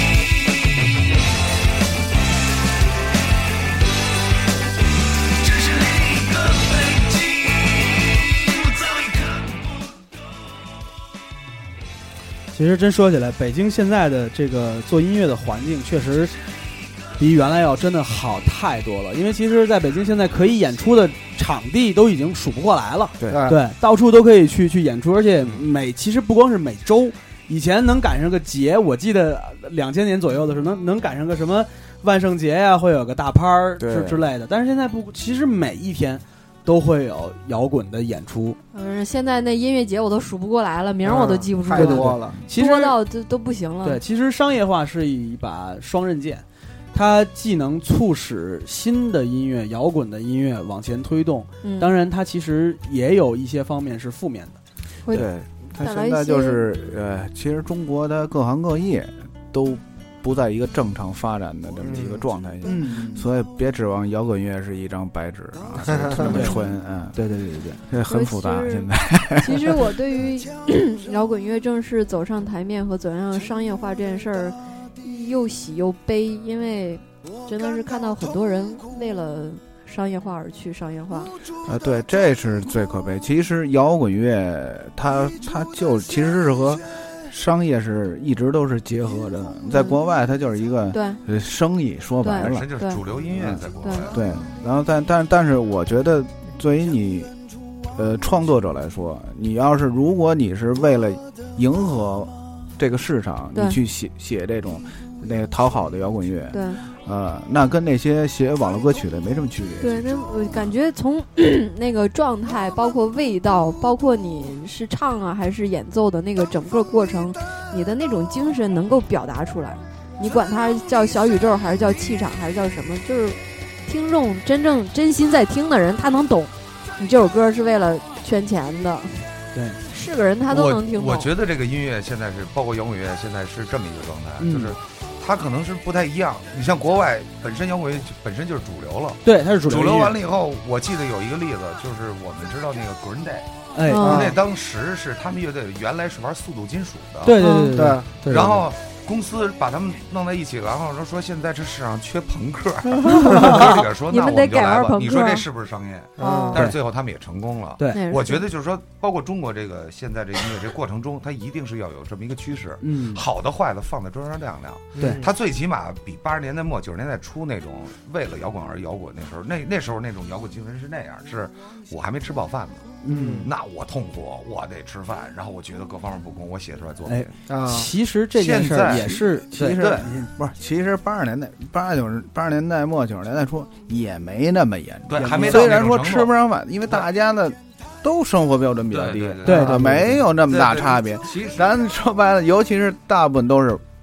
其实真说起来，北京现在的这个做音乐的环境确实比原来要真的好太多了。因为其实在北京现在可以演出的场地都已经数不过来了， 对对，到处都可以去去演出，而且每其实不光是每周，以前能赶上个节，我记得两千年左右的时候能能赶上个什么万圣节呀、啊，会有个大趴儿之之类的，但是现在不，其实每一天都会有摇滚的演出。 嗯，现在那音乐节我都数不过来了，名儿我都记不住了， 太多了， 其实多到都都不行了。 对，其实商业化是一把双刃剑，它既能促使新的音乐、摇滚的音乐往前推动， 嗯、 当然它其实也有一些方面是负面的。 对，它现在就是呃，其实中国的各行各业都不在一个正常发展的这么一个状态下， 嗯， 所以别指望摇滚乐是一张白纸啊，这么纯，嗯， 对对对对对， 这很复杂。现在， 其实我对于摇滚乐正式走上台面和走向商业化这件事儿，又喜又悲，因为真的是看到很多人为了商业化而去商业化。 啊，对，这是最可悲。其实摇滚乐它它就其实是和商业是一直都是结合的，在国外它就是一个对生意，说白了， 这就是主流音乐在国外。 对，然后但但但是我觉得，对于你呃创作者来说，你要是如果你是为了迎合这个市场，你去写写这种那个讨好的摇滚乐， 对， 呃，那跟那些写网络歌曲的没什么区别。 对，那我感觉从那个状态，包括味道，包括你是唱啊还是演奏的那个整个过程，你的那种精神能够表达出来。你管它叫小宇宙，还是叫气场，还是叫什么，就是听众真正真心在听的人，他能懂你这首歌是为了圈钱的。 对， 是个人他都能听懂。 我, 我觉得这个音乐现在是，包括摇滚乐现在是这么一个状态， 嗯、 就是它可能是不太一样。你像国外本身摇滚乐本身就是主流了， 对，它是主流。 主流完了以后，我记得有一个例子，就是我们知道那个 Green Day， 哎， Green Day 当时是他们乐队原来是玩速度金属的， 对对对对, 对， 然后公司把他们弄在一起，然后说说现在这市场缺朋克，歌里边说那我们就来吧，你说这是不是商业？ 嗯， 但是最后他们也成功了。 对， 我觉得就是说，包括中国这个现在这音乐这过程中，它一定是要有这么一个趋势。 嗯， 好的坏的放在桌上亮亮。 对， 它最起码比八十年代末九十年代初那种为了摇滚而摇滚那时候，那那时候那种摇滚精神是那样，是我还没吃饱饭呢。 嗯， 那我痛苦，我得吃饭，然后我觉得各方面不公，我写出来作品。 哎，啊，其实这件事儿也是， 其实对， 不是，其实八十年代、八九十、八十年代末、九十年代初也没那么严重， 对，还没虽然说吃不上饭，因为大家的都生活标准比较低， 对对， 没有那么大差别。 其实咱说白了，尤其是大部分都是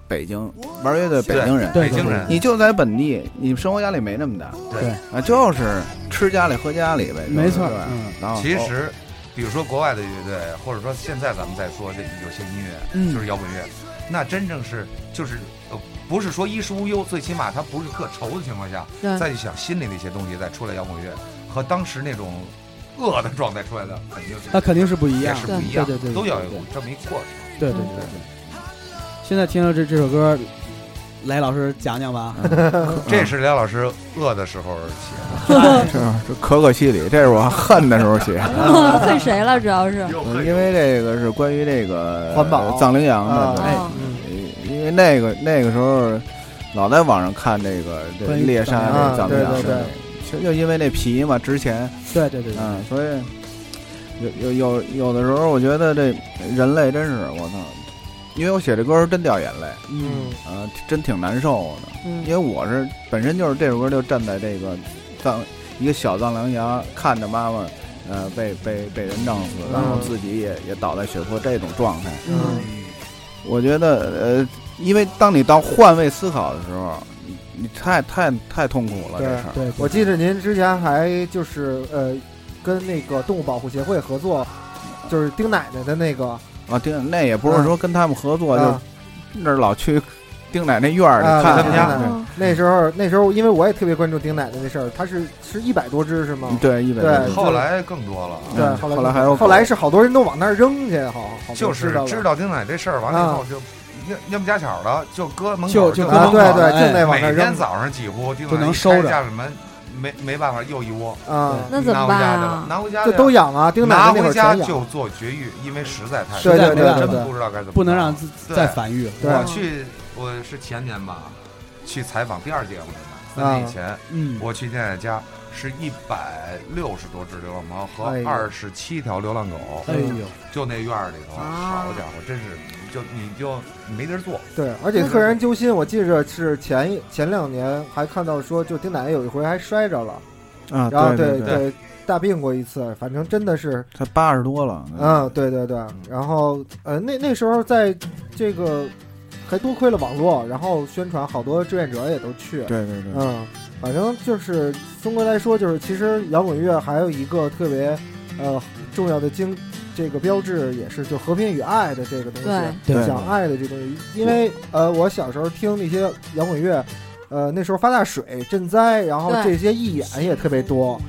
北京玩乐队，北京人， 北京人， 你就在本地，你生活压力没那么大， 对啊，就是吃家里喝家里呗， 没错。 嗯，然后其实，比如说国外的乐队，或者说现在咱们在说这有些音乐， 嗯， 就是摇滚乐，那真正是就是呃，不是说衣食无忧，最起码他不是特愁的情况下，再去想心里的一些东西，再出来摇滚乐，和当时那种恶的状态出来的，肯定是那肯定是不一样， 是不一样， 对对对， 都要有这么一过程。 对对对对。现在听到这这首歌，雷老师讲讲吧。 这是雷老师饿的时候写的， 是这可可西里，这是我恨的时候写的。 恨谁了？主要是因为这个是关于这个环保藏羚羊的， 哎， 因为那个那个时候老在网上看这个这猎杀这藏羚羊， 对对对， 其实就因为那皮嘛值钱， 对对对， 嗯，所以有有有有的时候我觉得这人类真是我操。因为我写这歌真掉眼泪， 嗯， 呃，真挺难受的。 嗯， 因为我是本身就是这首歌就站在这个藏一个小藏羚羊看着妈妈，呃，被被被人弄死，然后自己也也倒在血泊这种状态。 嗯， 我觉得呃，因为当你到换位思考的时候，你你太太太痛苦了。这事儿， 对，我记得您之前还就是呃，跟那个动物保护协会合作，就是丁奶奶的那个。 啊，丁那也不是说跟他们合作，嗯、就那儿老去丁奶奶院儿里看他们家。 嗯、那时候那时候，因为我也特别关注丁奶奶那事儿，他是是一百多只是吗？ 对，一百多只。 后来更多了。 对，后来后来还有。 后来是好多人都往那儿扔去，好好就是知道丁奶奶这事儿，完了以后就蔫蔫不加巧的，就搁门口就就啊，对对，就那往那扔。每天早上几乎丁奶奶能收着家里门。没没办法，又一窝啊， 那怎么办啊？ 拿回家就都养啊，丁奶拿回家就做绝育，因为实在太对对对， 真不知道该怎么， 不能让再繁育。 我去，我是前年吧，去采访第二届我们三年以前， 嗯， 我去丁奶奶家是一百六十多只流浪猫和二十七条流浪狗， 哎呦， 就那院里头，好家伙，真是。就你就没地儿坐， 对，而且特然揪心。我记着是前前两年还看到说，就丁奶奶有一回还摔着了， 啊， 然后对对对大病过一次，反正真的是才八十多了。 嗯，对对对。然后呃，那那时候在这个还多亏了网络，然后宣传好多志愿者也都去。 对对对， 嗯，反正就是综合来说，就是其实摇滚乐还有一个特别呃重要的经。这个标志也是就和平与爱的这个东西，讲爱的这东西。因为呃，我小时候听那些摇滚乐，呃，那时候发大水、赈灾，然后这些义演也特别多。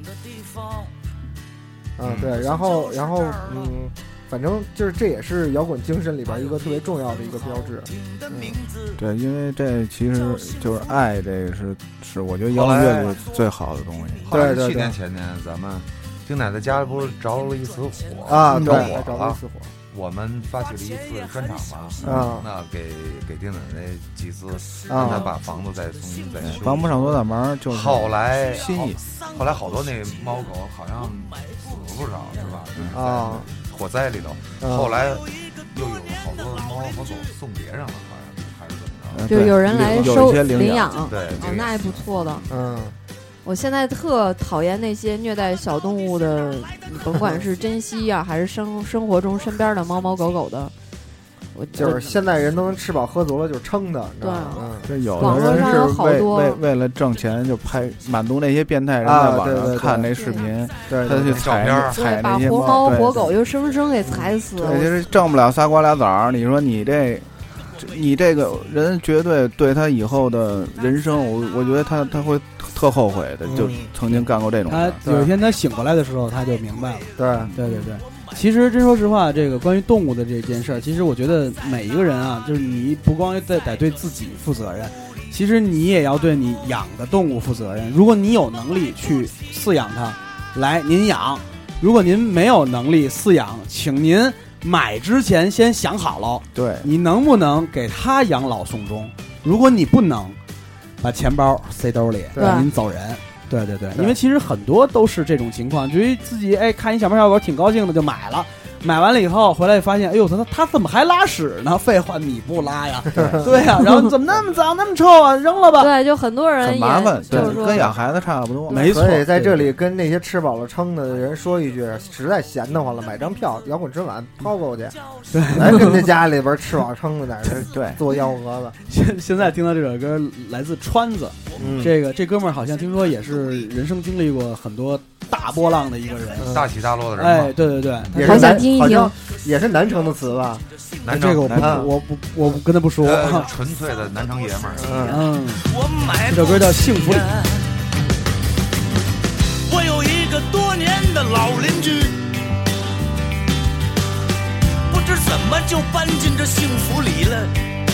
嗯，对，然后然后嗯，反正就是这也是摇滚精神里边一个特别重要的一个标志。 嗯，对，因为这其实就是爱，这个是是我觉得摇滚乐里最好的东西。 对对对， 去年前年咱们。丁奶奶家不是着了一次火啊，对， 着了一次火。 我们发起了一次专场嘛， 啊， 那给给丁奶奶集资，让她把房子再重新再修。 帮不上多大忙，就是后来心意。 后来好多那猫狗好像死了不少，是吧？ 啊， 火灾里头，后来又有好多猫和狗送别人了，好像还是怎么着？ 就有人来收领养， 对， 哦，那还不错的， 嗯。 我现在特讨厌那些虐待小动物的，甭管是珍惜呀、啊，还是生生活中身边的猫猫狗狗的。我就是现在人都能吃饱喝足了，就是撑的。 对， 嗯， 这有的人是为为为了挣钱就拍满足那些变态人在网上看那视频， 对， 他去踩踩那些活猫活狗，又生生给踩死。 对，就是挣不了仨瓜俩枣。你说你这。你这个人绝对对他以后的人生，我我觉得他他会特后悔的，就曾经干过这种事。 他有一天他醒过来的时候，他就明白了。 对对对对，其实真说实话，这个关于动物的这件事儿，其实我觉得每一个人啊，就是你不光得得对自己负责任，其实你也要对你养的动物负责任。如果你有能力去饲养它，来您养；如果您没有能力饲养，请您。买之前先想好了， 对， 你能不能给他养老送终？如果你不能，把钱包塞兜里，您走人。对对对，因为其实很多都是这种情况，至于自己哎看一小猫小狗挺高兴的就买了， 买完了以后回来发现，哎呦，他他怎么还拉屎呢？废话，你不拉呀？对呀、啊，然后怎么那么脏那么臭啊？扔了吧。 对，就很多人很麻烦，对，跟养孩子差不多。 没错。 所以在这里跟那些吃饱了撑的人说一句，实在闲得慌了，买张票，摇滚春晚抛过去， 对， 来跟在家里边吃饱撑的在这对做幺蛾子。 现现在听到这首歌来自川子， 嗯、 这个这哥们儿好像听说也是人生经历过很多大波浪的一个人， 嗯、大起大落的人。 哎，对对对， 也是南好像也是南城的词吧？ 南城、哎、这个我不、 啊、 我不我不跟他不说， 呃、纯粹的南城爷们儿。 嗯，这首歌叫《幸福里》。 我有一个多年的老邻居，不知怎么就搬进这幸福里了。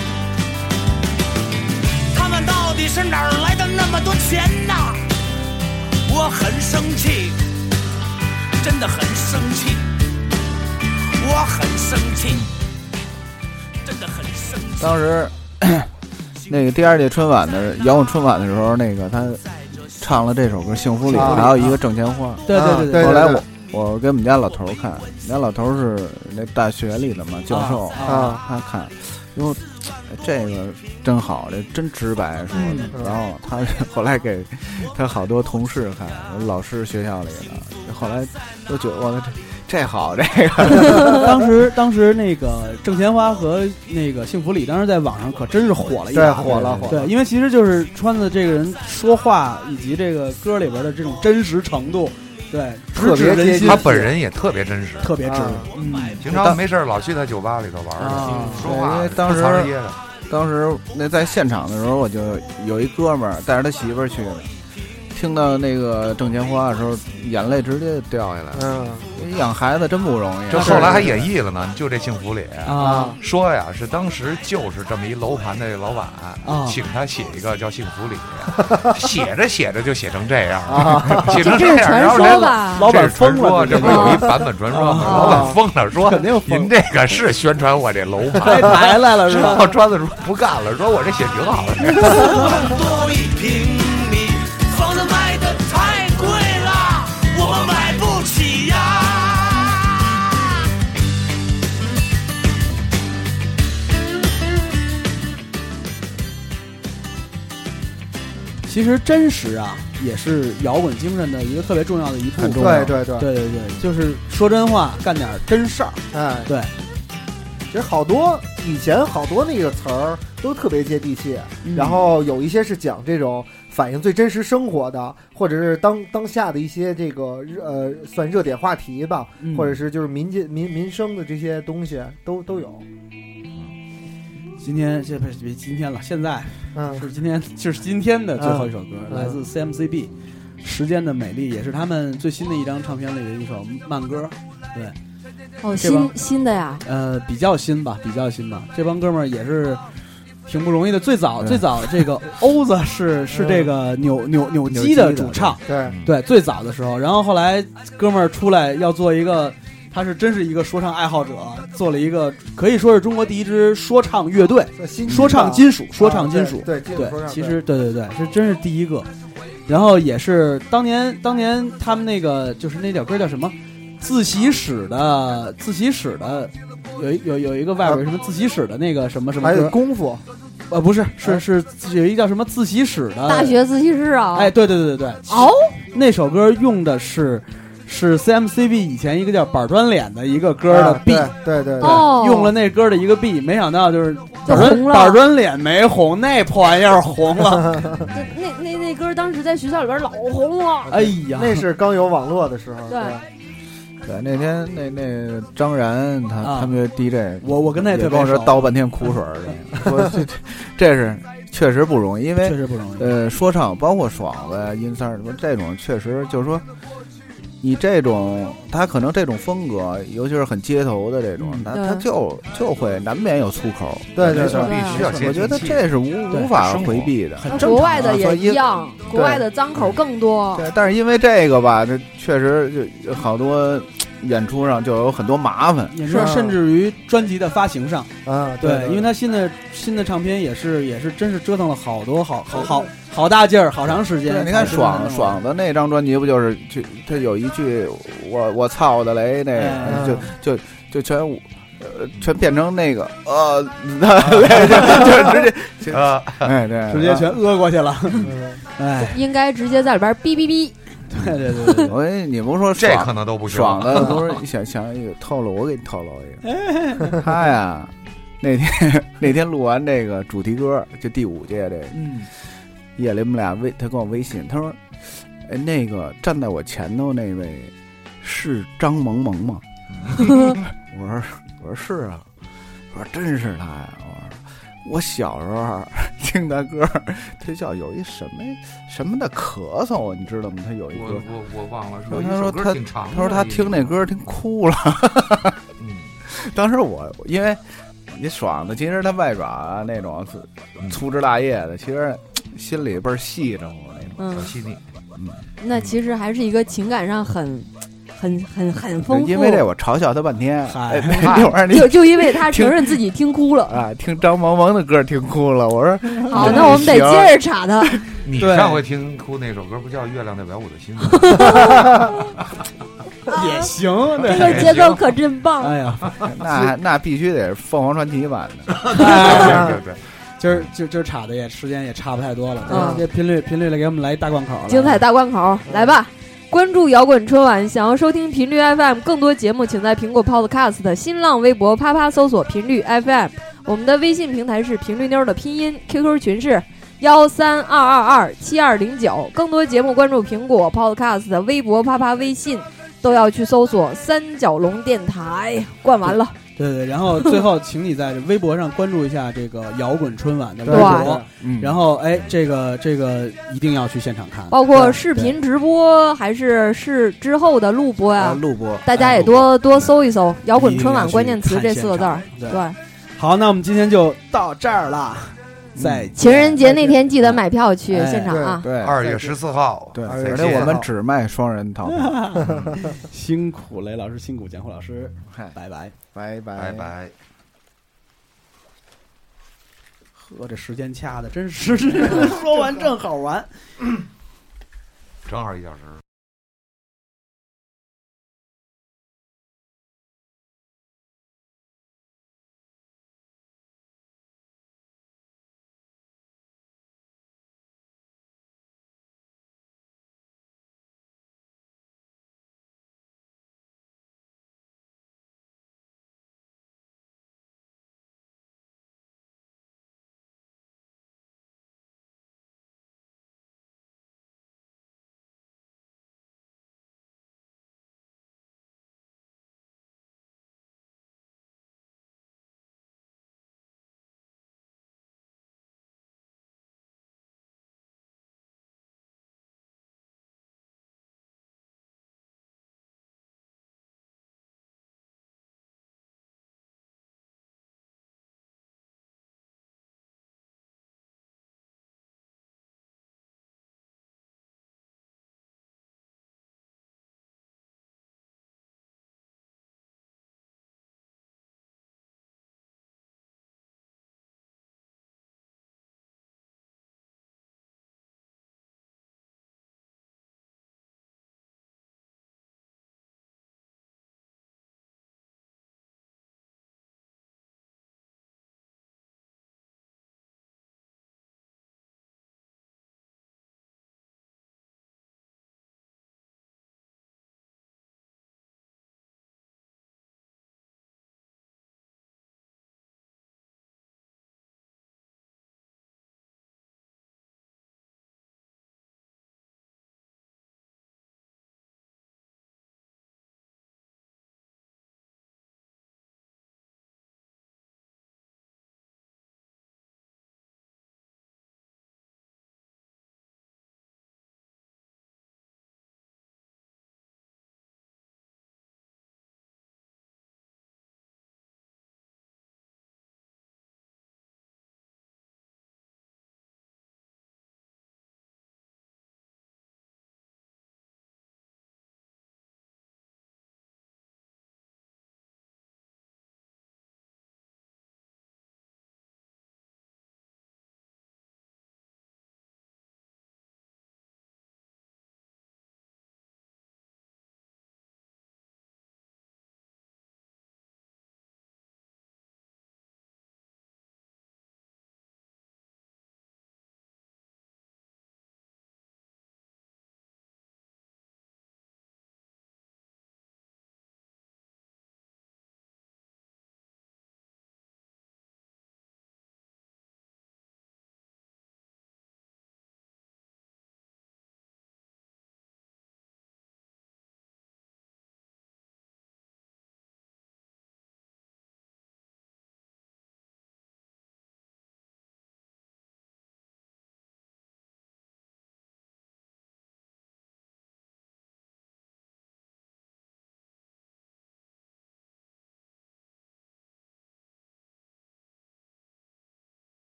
他们到底是哪儿来的那么多钱呐？我很生气，真的很生气，我很生气，真的很生气。 当时那个第二届春晚的摇滚春晚的时候，那个他唱了这首歌《幸福里》， 啊、 还有一个挣钱花。 对对对对。 后来我我给我们家老头看，我们家老头是那大学里的嘛教授啊， 他看，哟，这个真好，这真直白说的。 嗯、 然后他后来给他好多同事看，老师学校里的，后来都觉得我这。这好，这个当时当时那个挣钱花和那个幸福里，当时在网上可真是火了一把， 对，火了火了。 对，因为其实就是川子这个人说话以及这个歌里边的这种真实程度，对， 特别接近。 他本人也特别真实， 特别直。 啊、 嗯， 平常没事老去他酒吧里头玩的， 啊、 说话因为当时不的当时那在现场的时候，我就有一哥们儿带着他媳妇儿去的。听到那个挣钱花的时候，眼泪直接掉下来。 嗯， 养孩子真不容易。 这后来还演绎了呢，就这幸福里啊， 说呀是当时就是这么一楼盘的老板啊， 请他写一个叫幸福里，写着写着就写成这样啊， 写成这样，然后这老板疯了， 这不有一版本传说吗？老板疯了，说肯定疯， 您这个是宣传我这楼盘开台来了是吧？ 然后川子说不干了，说我这写挺好的。 多一平米，房子卖的太贵了，我们买不起呀。 其实真实啊，也是摇滚精神的一个特别重要的一部分。 对对对对对对，就是说真话，干点真事儿。 哎， 对。 其实好多以前好多那个词儿都特别接地气， 嗯、 然后有一些是讲这种反映最真实生活的，或者是当当下的一些这个呃算热点话题吧， 嗯、 或者是就是民间民民生的这些东西都都有。 今天这不是别今天了，现在嗯是今天就是今天的最后一首歌， 嗯、 来自 C M C B， 时间的美丽，也是他们最新的一张唱片里的一首慢歌。对， 哦，新新的呀？ 呃，比较新吧，比较新吧。这帮哥们儿也是挺不容易的。最早最早这个欧子是是这个扭扭扭机的主唱， 对对，最早的时候，然后后来哥们儿出来要做一个。他是真是一个说唱爱好者，做了一个可以说是中国第一支说唱乐队，说唱金属，说唱金属， 对对，其实对对对，是真是第一个。然后也是当年当年他们那个就是那首歌叫什么？自习室的自习室的有一有有一个外边什么自习室的那个什么什么歌？ 还有功夫， 呃，不是，是是有一个叫什么自习室的大学自习室啊？ 哎，对对对对对， 哦， 那首歌用的是。是 C M C B 以前一个叫板砖脸的一个歌的 B，、 啊、对对对, 对、 哦， 用了那歌的一个 B， 没想到就是板砖红了板砖脸没红，那破玩意儿红了。 那那那歌当时在学校里边老红了。 哎呀， 那是刚有网络的时候。 对。 对，那天那那张然他、啊、他们就 D J， 我我跟他也特别熟， 倒半天苦水儿的，说这这是确实不容易，因为确实不容易。 呃，说唱包括爽子呀、阴三儿什么这种，确实就是说。你这种，他可能这种风格，尤其是很街头的这种，他、嗯、他就就会难免有粗口。 对对对， 必须要接地气。 我觉得这是无无法回避的，很正常。 国外的也一样，国外的脏口更多。 对，但是因为这个吧，这确实就好多演出上就有很多麻烦， 演出甚至于专辑的发行上啊， 对，因为他新的新的唱片也是也是真是折腾了好多好好好好大劲儿，好长时间。 对，你看爽爽的那张专辑不就是就他有一句我我操的雷那个、嗯、就就就全呃全变成那个呃，就直接啊哎对， 直接全呃过去了，哎， 应该直接在里边哔哔哔。 对对对对， 我你不是说这可能都不爽的，不是想想一个透露，我给你透露一个，他呀那天那天录完这个主题歌，就第五届这个， 嗯， 夜里我们俩微他跟我微信，他说，哎，那个站在我前头那位是张萌萌吗？我说我说是啊，我说真是他呀，我说我小时候听他歌，他叫有一什么什么的咳嗽，你知道吗？他有一个， 我我我忘了， 说他说他他说他听那歌听哭了。 嗯， 当时我因为你爽的，其实他外爪那种粗枝大叶的，其实心里倍儿细着我那种， 嗯， 细腻。 嗯， 那其实还是一个情感上很。很很很丰富， 因为这我嘲笑他半天， 哎， 就就因为他承认自己听哭了啊，听张萌萌的歌听哭了。我说好，那我们得接着查他。 你上回听哭那首歌不叫《月亮代表我的心》吗？ 也行， 这个节奏可真棒。 哎呀， 那那必须得是凤凰传奇版的。 对对对。 今儿今今儿插的也时间也差不太多了，嗯，这频率频率来给我们来一大关口， 精彩大关口，来吧。关注摇滚春晚，想要收听频率 F M 更多节目，请在苹果 Podcast、新浪微博啪啪搜索频率 F M。我们的微信平台是频率妞的拼音 ，Q Q 群是幺三二二二七二零九。更多节目关注苹果 Podcast、微博啪啪、微信都要去搜索三角龙电台。灌完了。 对对，然后最后请你在微博上关注一下这个摇滚春晚的微博， 嗯、 然后哎，这个这个一定要去现场看， 包括视频直播还是是之后的录播呀、啊？ 录播， 大家也多、哎、多搜一搜“摇滚春晚”关键词这四个字儿。 对， 对好，那我们今天就到这儿了。在情人节那天记得买票去现场啊！ 对， 二月十四号， 对，而且我们只卖双人套票。 辛苦雷老师，辛苦蒋虎老师，拜拜， 拜拜， 拜拜。 呵，这时间掐的真是，说完正好玩， 正好一小时。